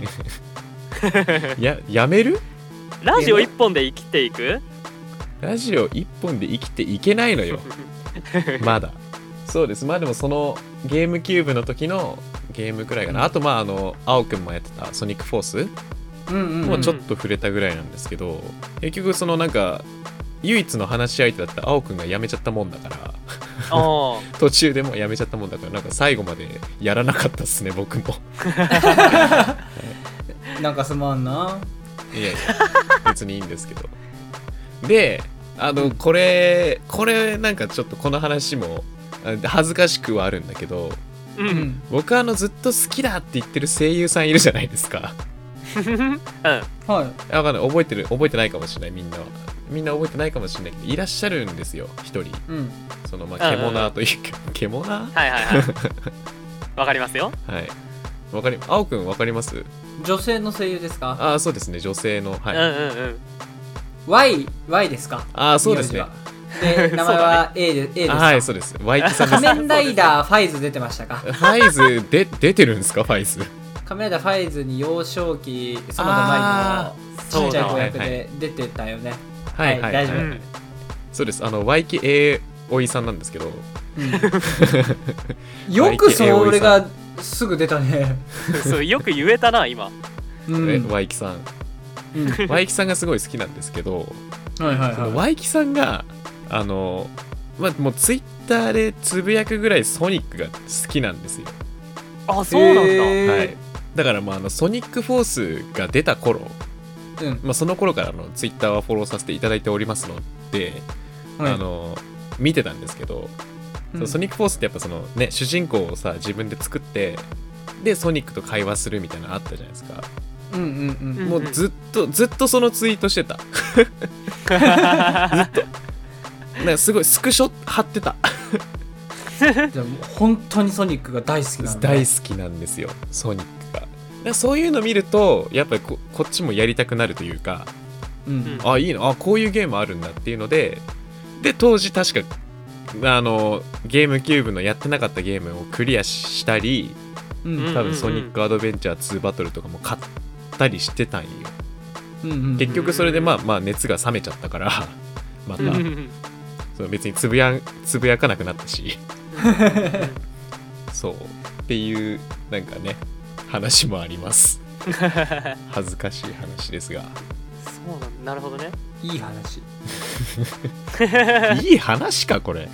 や, やめるラジオ一本で生きていく。 ラジオ一本で生きていけないのよまだ。そうです。まあでもそのゲームキューブの時のゲームくらいかな、うん、あとまああの青くんもやってたソニックフォース、うんうんうん、もうちょっと触れたぐらいなんですけど、結局そのなんか唯一の話し相手だった青くんが辞めちゃったもんだから途中でもう辞めちゃったもんだからなんか最後までやらなかったっすね僕もなんかすまんな。 いやいや別にいいんですけど。であのこれこれなんかちょっとこの話も恥ずかしくはあるんだけど、うん、僕あのずっと好きだって言ってる声優さんいるじゃないですかうん、はい、わかんない、覚えてる覚えてないかもしれない、みんなはみんな覚えてないかもしれないけどいらっしゃるんですよ一人、うん、そのまあケモナーというか、うんうん、ケモナーはいはいはいわかりますよ。 はい、わかり青くんわかります？ 女性の声優ですか？ ああそうですね、女性の、はい、うんうんうん、 Y, Y ですか？ ああそうですね。 で名前は A で、ね、A ですか？ はいそうです。Y さんです。 仮面ライダーファイズ出てましたか？ ファイズで出てるんですか？ファイズ。 仮面ライダーファイズに幼少期園田麻里のちっちゃい子役で出てたよね。 はいはい、はいはい、大丈夫、うん、そうです。あの ワイケーエー おいさんなんですけど、うん、 よくそれがすぐ出たねそうよく言えたな今うんえワイキさん、 うん、 ワイキさんがすごい好きなんですけど、 はいはいはい、 そのワイキさんがあの、まあ、もうツイッターでつぶやくぐらいソニックが好きなんですよ。 あ、そうなんだ。 はい、だからまああのソニックフォースが出た頃、 うんまあ、その頃からのツイッターはフォローさせていただいておりますので、 はい、 あの見てたんですけど、うん、そのソニックフォースってやっぱそのね主人公をさ自分で作ってでソニックと会話するみたいなのあったじゃないですか。 うんうんうん、 もうずっとずっとそのツイートしてたずっとなんかすごいスクショ貼ってたじゃあもう本当にソニックが大好きなんだ、ね、 大好きなんですよソニックが。だからそういうの見るとやっぱり こ, こっちもやりたくなるというか、 うん、 あいいのあこういうゲームあるんだっていうのでで当時確かあのゲームキューブのやってなかったゲームをクリアしたり、うん、多分ソニックアドベンチャーツーバトルとかも買ったりしてたんよ、うんうん、結局それでまあまあ熱が冷めちゃったからまた、うん、そう別につぶやつぶやかなくなったしそうっていうなんかね話もあります恥ずかしい話ですが。 そうなんなるほどね。 いい話いい話かこれ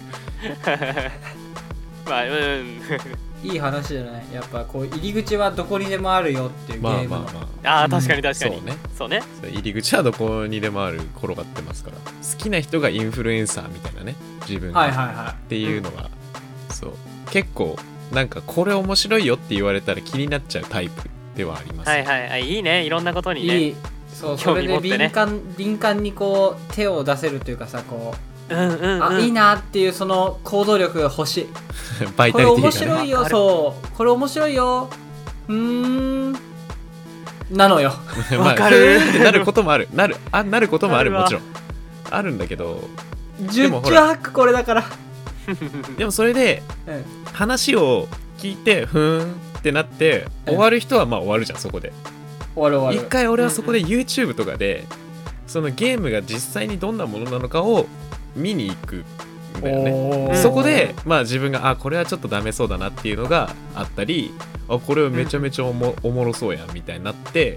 まあうんいい話じゃない。やっぱこう入り口はどこにでもあるよっていうゲームの、まあまあまあ、あ確かに確かに、 うん、そうねそうね入り口はどこにでもある転がってますから好きな人がインフルエンサーみたいなね自分が、 はいはいはい、 っていうのが、うん、そう結構なんかこれ面白いよって言われたら気になっちゃうタイプではあります、ね、 はいはいはいいいねいろんなことにねいいそうそれで敏感、敏感にこう手を出せるというかさこう、 うんうんうん、 あいいなっていうその行動力が欲しいバイタリティが、ね、 これ面白いよそうこれ面白いようーんなのよわかるってなることもあるなるあなることもあるもちろんあるんだけど十中八九これだからでもそれで、うん、話を聞いてふーんってなって、うん、終わる人はまあ終わるじゃんそこで終わる終わる。 一回俺はそこで YouTube とかで、うん、そのゲームが実際にどんなものなのかを見に行くんだよね。そこでまあ自分があこれはちょっとダメそうだなっていうのがあったりあこれはめちゃめちゃお も,、うん、おもろそうやみたいになって、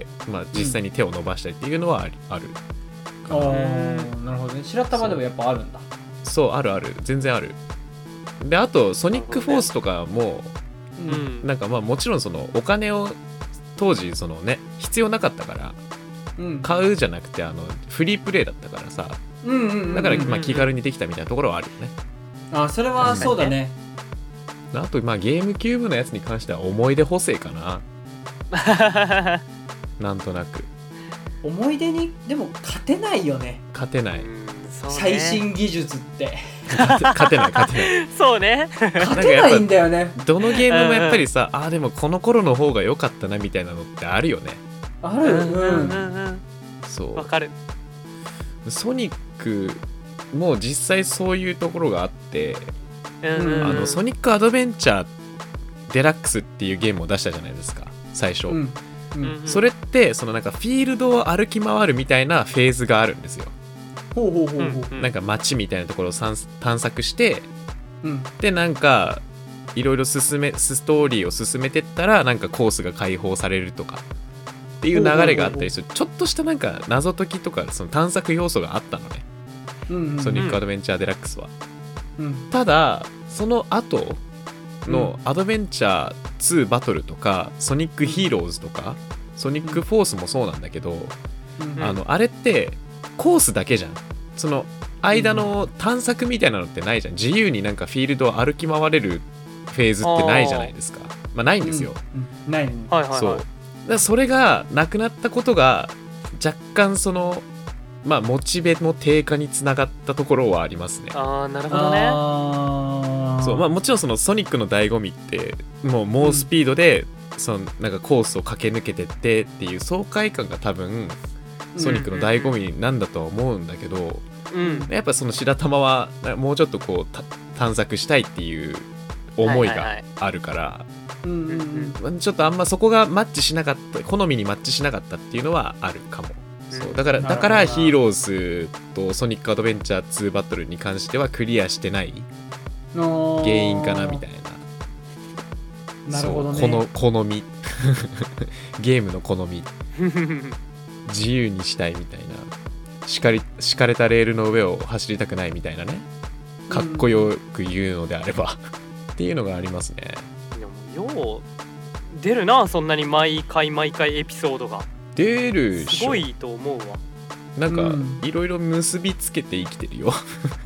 まあ、実際に手を伸ばしたりっていうのはあ る,、うん、あるかな。なるほどね。白玉でもやっぱあるんだ。 そうあるある全然ある。であとソニックフォースとかも、うん、なんかまあもちろんそのお金を当時そのね必要なかったから、うん、買うじゃなくてあのフリープレイだったからさ、うんうんうんうん、だからまあ気軽にできたみたいなところはあるよね。 あそれはそうだね。 あとまあゲームキューブのやつに関しては思い出補正かななんとなく思い出にでも勝てないよね。 勝てない、 ね、 最新技術って勝てない勝てないそうね勝てないんだよね。 どのゲームもやっぱりさ、うんうん、あでもこの頃の方が良かったなみたいなのってあるよね。 ある、うんうんうん、 そうわかる。 ソニックも実際そういうところがあって、うんうん、あのソニックアドベンチャーデラックスっていうゲームを出したじゃないですか最初、うんうん、それってそのなんかフィールドを歩き回るみたいなフェーズがあるんですよ。 ほうほうほうほう。 なんか街みたいなところを探索して、うん、でなんかいろいろ進めストーリーを進めてったらなんかコースが開放されるとかっていう流れがあったりする。ちょっとしたなんか謎解きとかその探索要素があったのね、うんうんうん、ソニックアドベンチャーデラックスは、うん、ただその後のアドベンチャーツーバトルとかソニックヒーローズとかソニックフォースもそうなんだけど、うん、あのあれってコースだけじゃん。その間の探索みたいなのってないじゃん。自由になんかフィールドを歩き回れるフェーズってないじゃないですか。まあないんですよ、 うんうん、ない、ね、 はいはいはい。 そうだからそれがなくなったことが若干そのまあモチベの低下につながったところはありますね。 ああなるほどね。 あそうまあもちろんそのソニックの醍醐味ってもう猛スピードで、うん、そのなんかコースを駆け抜けてってっていう爽快感が多分ソニックの醍醐味なんだとは思うんだけど、うん、やっぱその白玉はもうちょっとこう探索したいっていう思いがあるからちょっとあんまそこがマッチしなかった好みにマッチしなかったっていうのはあるかも。そうだからだからヒーローズとソニックアドベンチャーツーバトルに関してはクリアしてない原因かなみたいな。 なるほどね。 そうこの好みゲームの好み自由にしたいみたいな、しかり敷かれたレールの上を走りたくないみたいなね、かっこよく言うのであればっていうのがありますね。 でもよう出るな、そんなに毎回毎回エピソードが出るしょ。 すごいと思うわ。 なんか、うん、いろいろ結びつけて生きてるよ、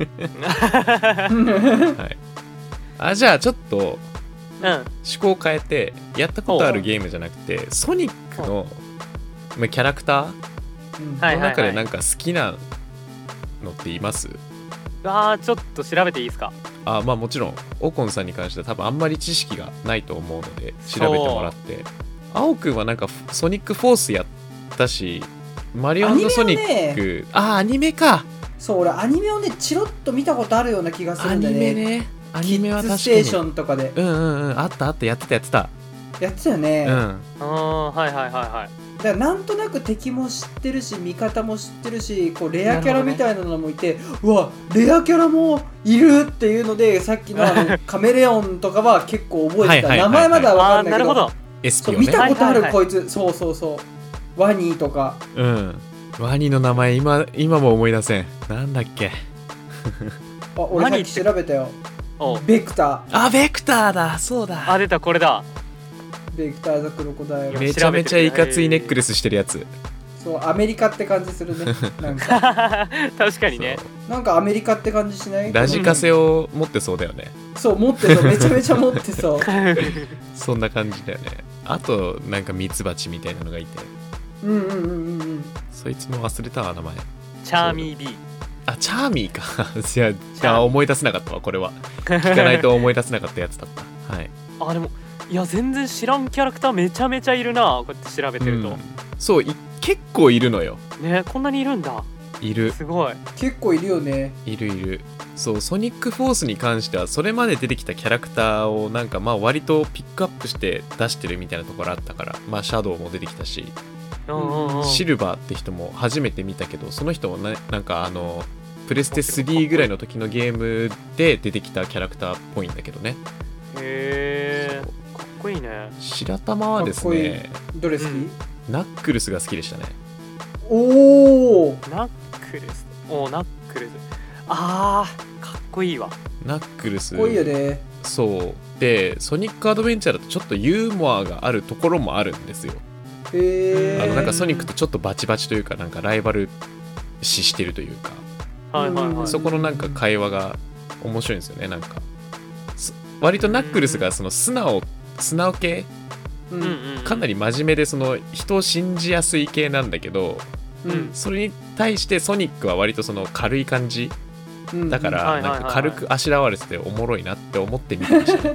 はい、あじゃあちょっと、うん、思考変えて、やったことあるゲームじゃなくてソニックのキャラクターの中でなんか好きなのっています？ あーちょっと調べていいですか？ あまあもちろんオコンさんに関しては多分あんまり知識がないと思うので調べてもらって。青くんはなんかソニックフォースやったし、マリオ&ソニック、あアニメか。 そう俺アニメをねチロッと見たことあるような気がするんだよね。 アニメね。アニメは確かにキッズステーションとかで、 うんうんうん、あったあった、やってたやってたやってたよね。 うん、 ああはいはいはいはい。 だからなんとなく敵も知ってるし味方も知ってるし、こうレアキャラみたいなのもいて、ね、うわレアキャラもいるっていうので、さっきのあのカメレオンとかは結構覚えてた。はいはいはいはい、名前までは分かんないけど、どエスピーをね、見たことある、はいはいはい、こいつそうそうそうワニーとか。 うんワニの名前 今, 今も思い出せん。なんだっけあ俺さっき調べたよ。ベクター。 あベクターだ、そうだ。 あ出たこれだ。 ベクターザクロコダイル。 めちゃめちゃいかついネックレスしてるやつ。 そうアメリカって感じするね。なんか確かにね。 なんかアメリカって感じしない？ ラジカセを持ってそうだよね。 そう持ってそう、めちゃめちゃ持ってそうそんな感じだよね。あとなんかミツバチみたいなのがいて、 うんうんうんうんうん、 そいつも忘れたわ名前。 チャーミー B。 あチャーミーかじゃあじゃあ思い出せなかったわ、これは聞かないと思い出せなかったやつだった。はい。 あでもいや全然知らんキャラクターめちゃめちゃいるな、こうやって調べてると、うん、 そうい結構いるのよね。こんなにいるんだ。 いる、 すごい結構いるよね。 いるいる。そうソニックフォースに関してはそれまで出てきたキャラクターをなんかまあ割とピックアップして出してるみたいなところあったから、まあシャドウも出てきたし、 うんうん、 シルバーって人も初めて見たけど、その人もねなんかあのプレステスリーぐらいの時のゲームで出てきたキャラクターっぽいんだけどね。 へーかっこいいね。 白玉はですね、 どれ好き？うん、 ナックルスが好きでしたね。 おーナックルス、おーナックルス、あーかっこいいわ。 ナックルスかっこいいよね。 そうでソニックアドベンチャーだとちょっとユーモアがあるところもあるんですよ。 へーあのなんかソニックとちょっとバチバチというか、なんかライバル視してるというか、 はいはいはい、 そこのなんか会話が面白いんですよね。なんか割とナックルスがその素直素直系、 うんうん、 かなり真面目でその人を信じやすい系なんだけど、 うん、 それに対してソニックは割とその軽い感じ、うん、だからなんか軽くあしらわれてておもろいなって思って見てました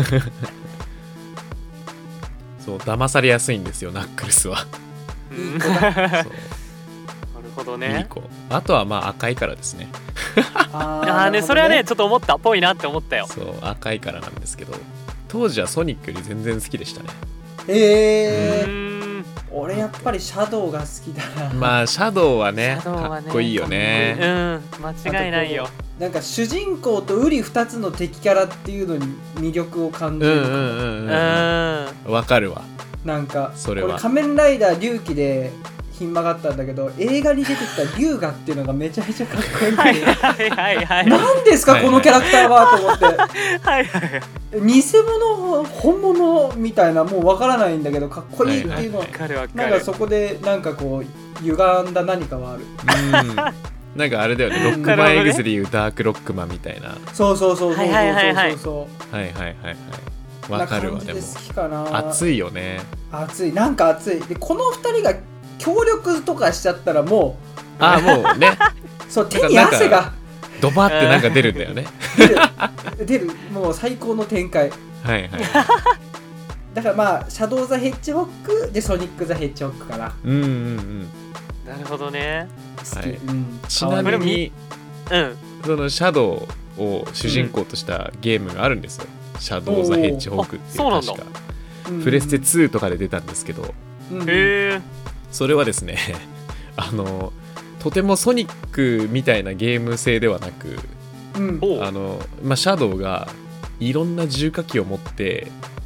そう騙されやすいんですよナックルスは。 うんそうなるほどね。 いい子。あとはまあ赤いからですねああね、それはねちょっと思ったっぽいなって思ったよ。 そう赤いからなんですけど、当時はソニックより全然好きでしたね。 えー俺やっぱりシャドウが好きだな。 まあシャドウは ね, はねかっこいいよね。 うん間違いないよ。 なんか主人公とウリふたつの敵キャラっていうのに魅力を感じる。 うんうんうんうんわかるわ。 なんかそれはこれ仮面ライダー龍騎でひん曲がったんだけど、映画に出てきた龍河っていうのがめちゃめちゃかっこいい。 はいはいはいはい。 何ですか、はいはい、このキャラクターはと思って。 はいはい偽物本物みたいなもうわからないんだけどかっこいいっていうのは、はいはい、なんかそこでなんかこう歪んだ何かはある。 うんなんかあれだよね、ロックマンエグゼでいうダークロックマンみたいな。 そうそうそうそうそうそうそう。 はいはいはいはいわかるわ。でも好きかな。 熱いよね。 熱い、なんか熱い。でこのふたりが協力とかしちゃったらもうああもうねそう手に汗がドバってなんか出るんだよね出る出るもう最高の展開。 はいはいだからまあシャドウ・ザ・ヘッジホックでソニック・ザ・ヘッジホックかな。 うんうんうんなるほどね。 好き、はいうん、 ちなみに、うん、そのシャドウを主人公としたゲームがあるんですよ、うん、シャドウ・ザ・ヘッジホックっていう、確かプレステツーとかで出たんですけど、 うん、へーそれはですねあのとてもソニックみたいなゲーム性ではなく、 うん、 あのまあ、シャドウがいろんな重火器を持って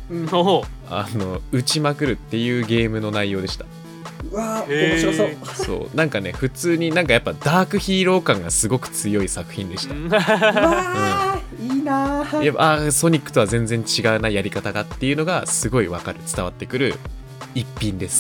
うん、 あの撃ちまくるっていうゲームの内容でした。 うわー面白そう。 そうなんかね普通になんかやっぱダークヒーロー感がすごく強い作品でした。うわー、うん、いいなー。 やっぱあソニックとは全然違うなやり方がっていうのがすごいわかる伝わってくる一品です。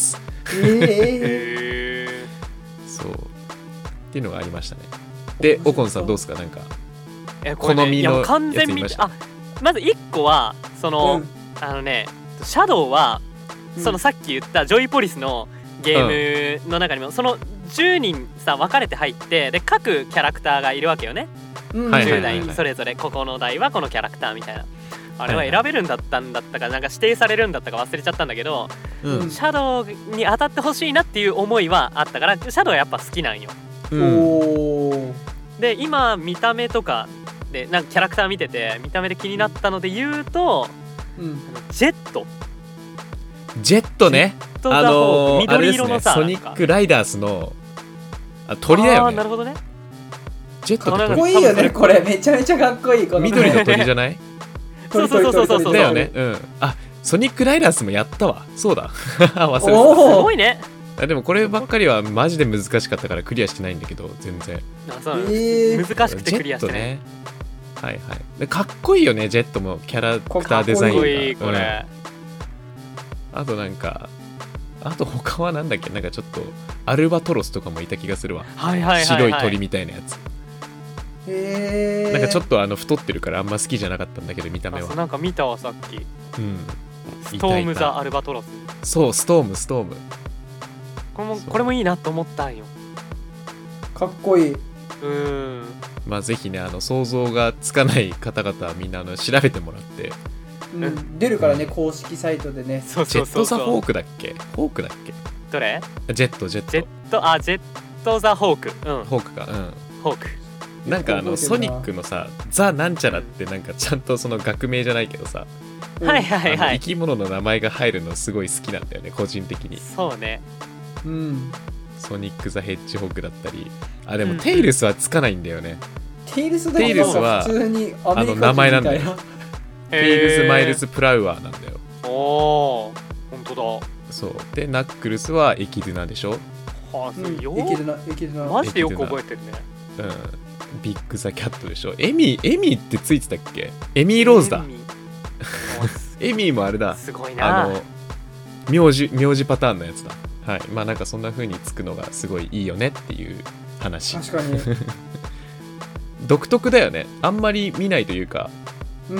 えー、そうっていうのがありましたね。でオコンさんどうですかなんかえこれ、ね、好みのやつ完全見てあまずいっこはその、うん、あのねシャドウは、うん、そのさっき言ったジョイポリスのゲームの中にも、うん、そのじゅうにんさ分かれて入ってで各キャラクターがいるわけよね、うん、じゅうだいにそれぞれここの台はこのキャラクターみたいなあれは選べるんだったんだったかなんか指定されるんだったか忘れちゃったんだけど、うん、シャドウに当たってほしいなっていう思いはあったからシャドウはやっぱ好きなんよ、うん、おで今見た目とかでなんかキャラクター見てて見た目で気になったので言うと、うん、ジェットジェットねあのー、緑色のさ、 ね、ソニックライダースのあ鳥だよね。 あなるほどね。 ジェットってかっこいいよねこれめちゃめちゃかっこいいこの緑の鳥じゃないそうそうそうそうそうだよね。うんあソニックライダースもやったわそうだ忘れてた。すごいね。 でもこればっかりはマジで難しかったからクリアしてないんだけど全然あそうなんです、えー、難しくてクリアしてない、 ね、はいはいかっこいいよねジェットもキャラクターデザインがかっこいいこれ、うん、あとなんかあと他はなんだっけなんかちょっとアルバトロスとかもいた気がするわ、 はいはいはいはい、 白い鳥みたいなやつへーなんかちょっとあの太ってるからあんま好きじゃなかったんだけど見た目はなんか見たわさっき、 うん、 ストーム・ザ・アルバトロスそうストームストームこれもこれもいいなと思ったんよかっこいいうんまあぜひねあの想像がつかない方々はみんなあの調べてもらって、 うん、出るからね、うん、公式サイトでねそうそうそうそうジェット・ザ・ホークだっけホークだっけどれジェットジェットジェットあジェット・ザ・ホークうんホークかうんホークなんかあのソニックのさザ・なんちゃらってなんかちゃんとその学名じゃないけどさ、 うん、はいはいはい生き物の名前が入るのすごい好きなんだよね個人的に。 そうねうんソニック・ザ・ヘッジホッグだったりあでもテイルスはつかないんだよね、 うん、テイルスでも普通にアメリカ人みたいなあの名前なんだよテイルズ・マイルズ・プラウアーなんだよ。 おー本当だそうでナックルスはエキドゥナでしょ。 はあ、うん、よエキドゥナエキドゥナマジでよく覚えてるね。 うんビッグ・ザ・キャットでしょ。エミエミってついてたっけ。エミー・ローズだ。エミーもあれだすごいなあの名字名字パターンのやつだ。はいまあなんかそんな風につくのがすごいいいよねっていう話。 確かに独特だよねあんまり見ないというかうん、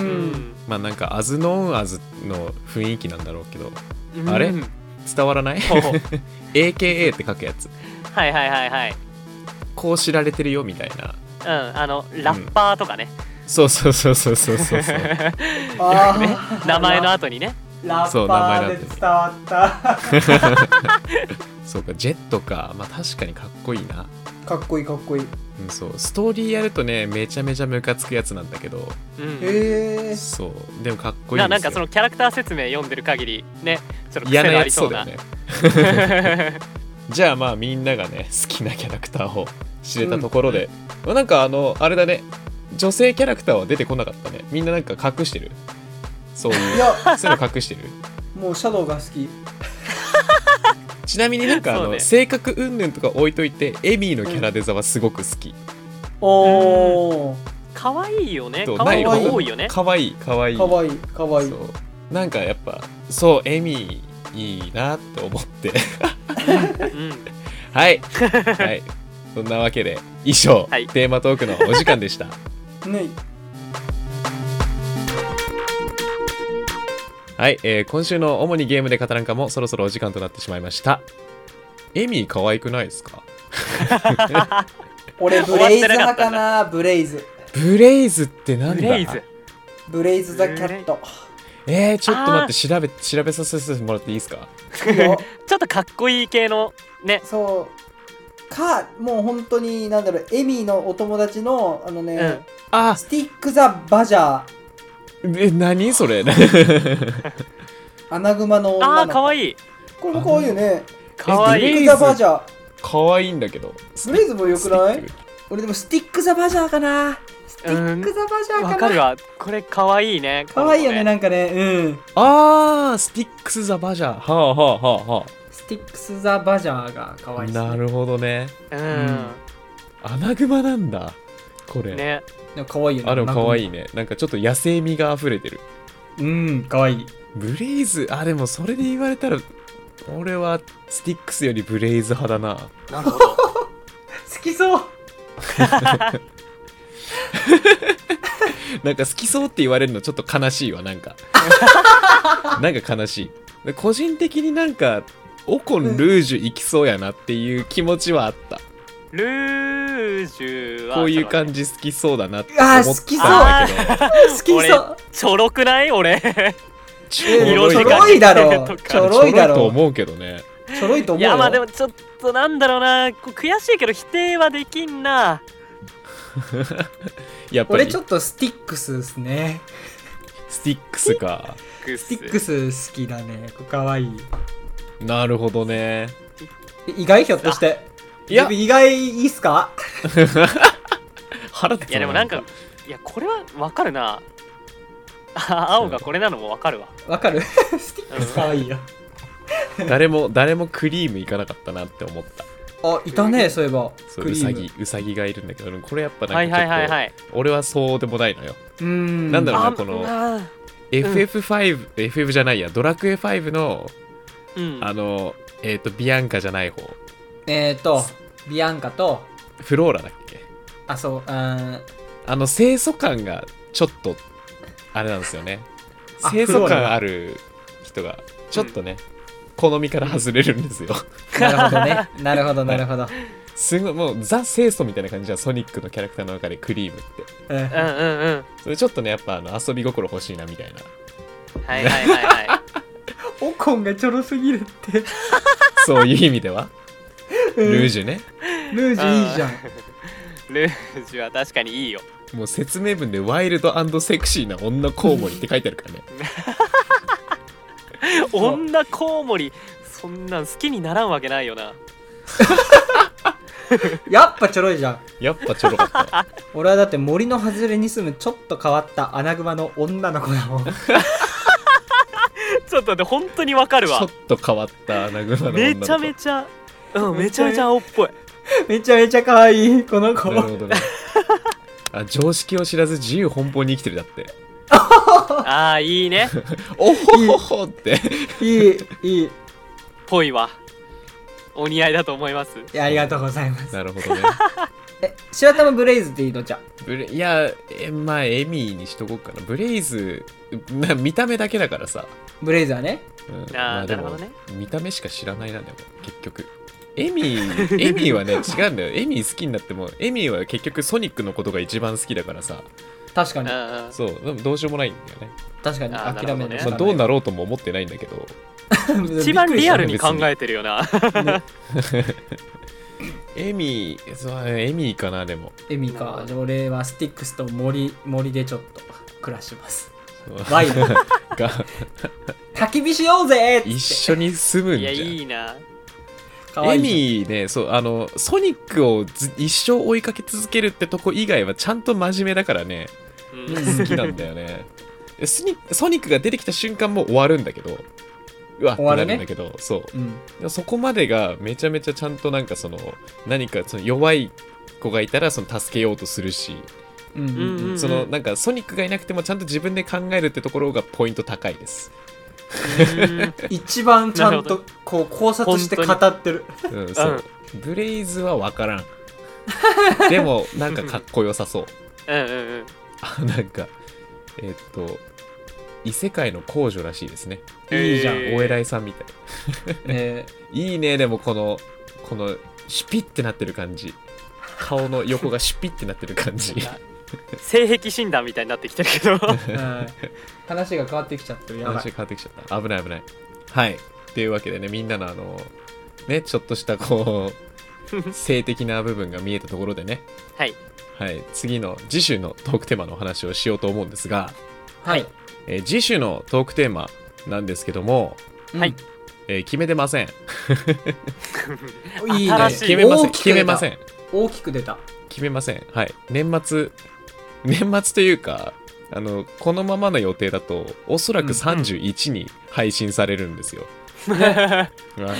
まあなんかアズノーンアズの雰囲気なんだろうけど、うん、あれ伝わらないエーケーエー って書くやつはいはいはいはいこう知られてるよみたいなうんあのラッパーとかね、 うん、そうそうそうそうそうそうあね名前の後にねラッパーで伝わったそうかジェットかまあ確かにかっこいいなかっこいいかっこいい、 うん、そうストーリーやるとねめちゃめちゃムカつくやつなんだけど、 うん、 へえそうでもかっこいいんですよ。 なんかそのキャラクター説明読んでる限りねちょっと癖のありそうな嫌なやつそうだよねじゃあまあみんながね好きなキャラクターを知れたところで、うん、なんかあのあれだね女性キャラクターは出てこなかったね。みんななんか隠してるそういういやそういうの隠してるもうシャドウが好きちなみになんかあの、ね、性格云々とか置いといてエミーのキャラデザはすごく好き、うん、 おーかわいいよねかわいいの多いよねかわいいかわいいかわいいかわいいそうなんかやっぱそうエミーいいなって思ってうん、 はい、はい、そんなわけで以上、はい、テーマトークのお時間でしたねはい、えー、今週の主にゲームで語らんかもそろそろお時間となってしまいました。エミー可愛くないですか俺ブレイズ派かな。ブレイズブレイズってなんだ。 ブレイズブレイズザキャット。 えー、ちょっと待って調べ調べさせてもらっていいですかちょっとかっこいい系のねそうかもう本当になんだろうエミーのお友達のあのね、うん、 あスティック・ザ・バジャーえ、何それアナグマの女の子。 あーかわいいこれもかわいいよね。 かわいいスティック・ザ・バジャーかわいいんだけどブレイズもよくない？俺でもスティック・ザ・バジャーかな。 スティック・ザ・バジャーかな。 わかるわ、これかわいいね。 かわいいよね、なんかね。うん。 あー、スティックス・ザ・バジャー。はあはあはあはあ。 スティックス・ザ・バジャーがかわいいですね。 なるほどね。 うん、うん、 アナグマなんだこれね。 でもかわいいよね。 あ、でもかわいいね。なんかちょっと野生味が溢れてる。 うん、かわいい。 ブレイズ、あ、でもそれで言われたら俺はスティックスよりブレイズ派だな。 なるほど。 好きそう。 なんか好きそうって言われるのちょっと悲しいわ。なんかなんか悲しい。個人的になんかオコンルージュ行きそうやなっていう気持ちはあった。 ルージュはこういう感じ好きそうだなって思ったんだけど。 好きそう。 ちょろくない俺。 ちょろいだろ。ちょろいだろ。 と思うけどね。 ちょろいと思うよ。 いやまあでもちょっとなんだろうな、こう悔しいけど否定はできんな。 やっぱり俺ちょっとスティックスですね。 スティックスか。 スティックス好きだね。かわいい。 なるほどね。 意外ひょっとして。 いや意外いいっすか。 腹立つな。 いやでもなんか、いやこれはわかるな。青がこれなのもわかるわ。 わかる。スティックスかわいいよ。 誰も誰もクリームいかなかったなって思った。 あ、いたね、そういえば。 そう、ウサギウサギがいるんだけど、これやっぱなんかちょっと俺はそうでもないのよ。 うん。 なんだろうな、この エフエフファイブ、エフエフ じゃないや、ドラクエファイブの、うん、あのえっ、ー、とビアンカじゃない方。 えっ、ー、とビアンカとフローラだっけ。 あ、そう、ああの清楚感がちょっとあれなんですよね。清楚感ある人がちょっとね、うん、好みから外れるんですよ。 なるほどね。なるほどなるほど。 すごいもうザ清楚みたいな感じじゃん、ソニックのキャラクターの中でクリームって。 うんうんうん。 それちょっとねやっぱあの遊び心欲しいなみたいな。 はいはいはいはい。 オコンがちょろすぎるって。 そういう意味では。ルージュね。 ルージュいいじゃん。 ルージュは確かにいいよ。 もう説明文でワイルド&セクシーな女コウモリって書いてあるからね。 女コウモリ、そんなん好きにならんわけないよな。 やっぱちょろいじゃん。 やっぱちょろかった。 俺はだって森の外れに住むちょっと変わったアナグマの女の子だもん。 ちょっと待って、本当にわかるわ。 ちょっと変わったアナグマの女の子。 めちゃめちゃ、うん、めちゃめちゃ青っぽい。 めちゃめちゃ可愛いこの子。 なるほどね。あ、常識を知らず自由奔放に生きてるだって。 ああ、いいね。 おほほほって。 いいいい。 ぽいわ。お似合いだと思います。 いや、ありがとうございます。 なるほどね。 え、白玉ブレイズっていいのじゃ。 ブレいや、え、まあエミーにしとこうかな。ブレイズな見た目だけだからさ。 ブレイズはね。 うん、 あ、まあでもなるほどね。見た目しか知らないな。でも結局エミーエミーはね違うんだよ。エミー好きになってもエミーは結局ソニックのことが一番好きだからさ。 確かに。 そう、でもどうしようもないんだよね。 確かに諦める、 まあ、どうなろうとも思ってないんだけど。 一番リアルに考えてるよな。 エミー、そう、エミーかな。でもエミーか。じゃあ俺はスティックスと森森でちょっと暮らします。ワイルドが焚き火しようぜって一緒に住むんじゃん。 いや、いいな。 エミーね、そう、あのソニックをず一生追いかけ続けるってとこ以外はちゃんと真面目だからね、うん、好きなんだよね。ソニソニックが出てきた瞬間もう終わるんだけど、うわってなるんだけど、ね、そう、うん、そこまでがめちゃめちゃちゃんとなんかその何かその弱い子がいたらその助けようとするし、うんうんうん、そのなんかソニックがいなくてもちゃんと自分で考えるってところがポイント高いです。 一番ちゃんとこう考察して語ってる。 うん、そう、うん、ブレイズは分からん。でもなんかかっこよさそう。 うんうんうん。 あ、なんかえー、っと異世界の公女らしいですね。 いいじゃん、 お偉いさんみたい。 えー、 いいね。でもこのこのシュピってなってる感じ、顔の横がシュピってなってる感じ。 性癖診断みたいになってきてるけど、 話が変わってきちゃってる。やばい、 話が変わってきちゃった。危ない危ない。はい、っていうわけでね、みんなのあのねちょっとしたこう性的な部分が見えたところでね、 はいはい、次の次週のトークテーマのお話をしようと思うんですが、 はい、 えー、次週のトークテーマなんですけども、 はい、 えー、決めてません。 いいね、 決めません。決めません。 大きく出た。 決めません。はい、年末年末というかあのこのままの予定だとおそらくさんじゅういちに配信されるんですよ、 うんうん、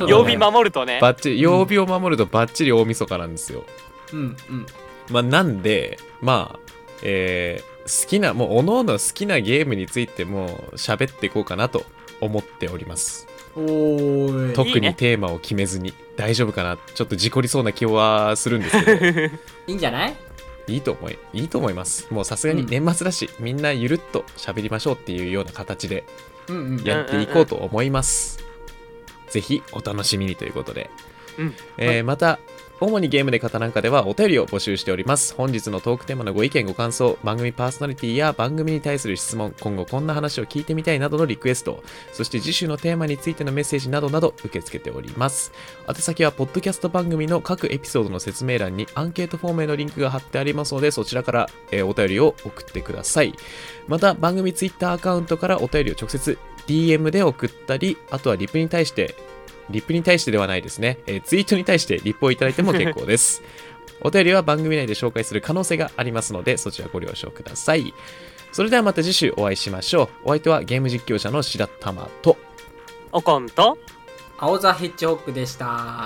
曜日守るとねバッチリ曜日を守るとバッチリ大晦日なんですよ。 うんうんまあなんでまあえー、好きなもう各々好きなゲームについても喋っていこうかなと思っております。 おーい特にテーマを決めずに大丈夫かな、ちょっと事故りそうな気はするんですけどいいんじゃない？ いいと思いいいと思います。もうさすがに年末だし、うん、みんなゆるっと喋りましょうっていうような形でやっていこうと思います、うんうんうん、ぜひお楽しみにということで、うんえー、また主にゲームで語らんかではお便りを募集しております。本日のトークテーマのご意見ご感想、番組パーソナリティや番組に対する質問、今後こんな話を聞いてみたいなどのリクエスト、そして次週のテーマについてのメッセージなどなど受け付けております。宛先はポッドキャスト番組の各エピソードの説明欄にアンケートフォームへのリンクが貼ってありますので、そちらから、えー、お便りを送ってください。また番組ツイッターアカウントからお便りを直接 ディーエム で送ったり、あとはリプに対してリップに対してではないですね、えー、ツイートに対してリップをいただいても結構ですお便りは番組内で紹介する可能性がありますので、そちらご了承ください。それではまた次週お会いしましょう。お相手はゲーム実況者の白玉とおこんと青ザヘッジホックでした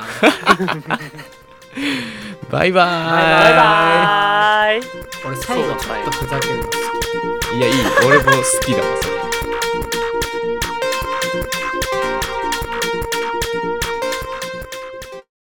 バイバーイ。 バイバイ。 俺最後ちょっとふざけるの好き。 いやいい、俺も好きだわそれ。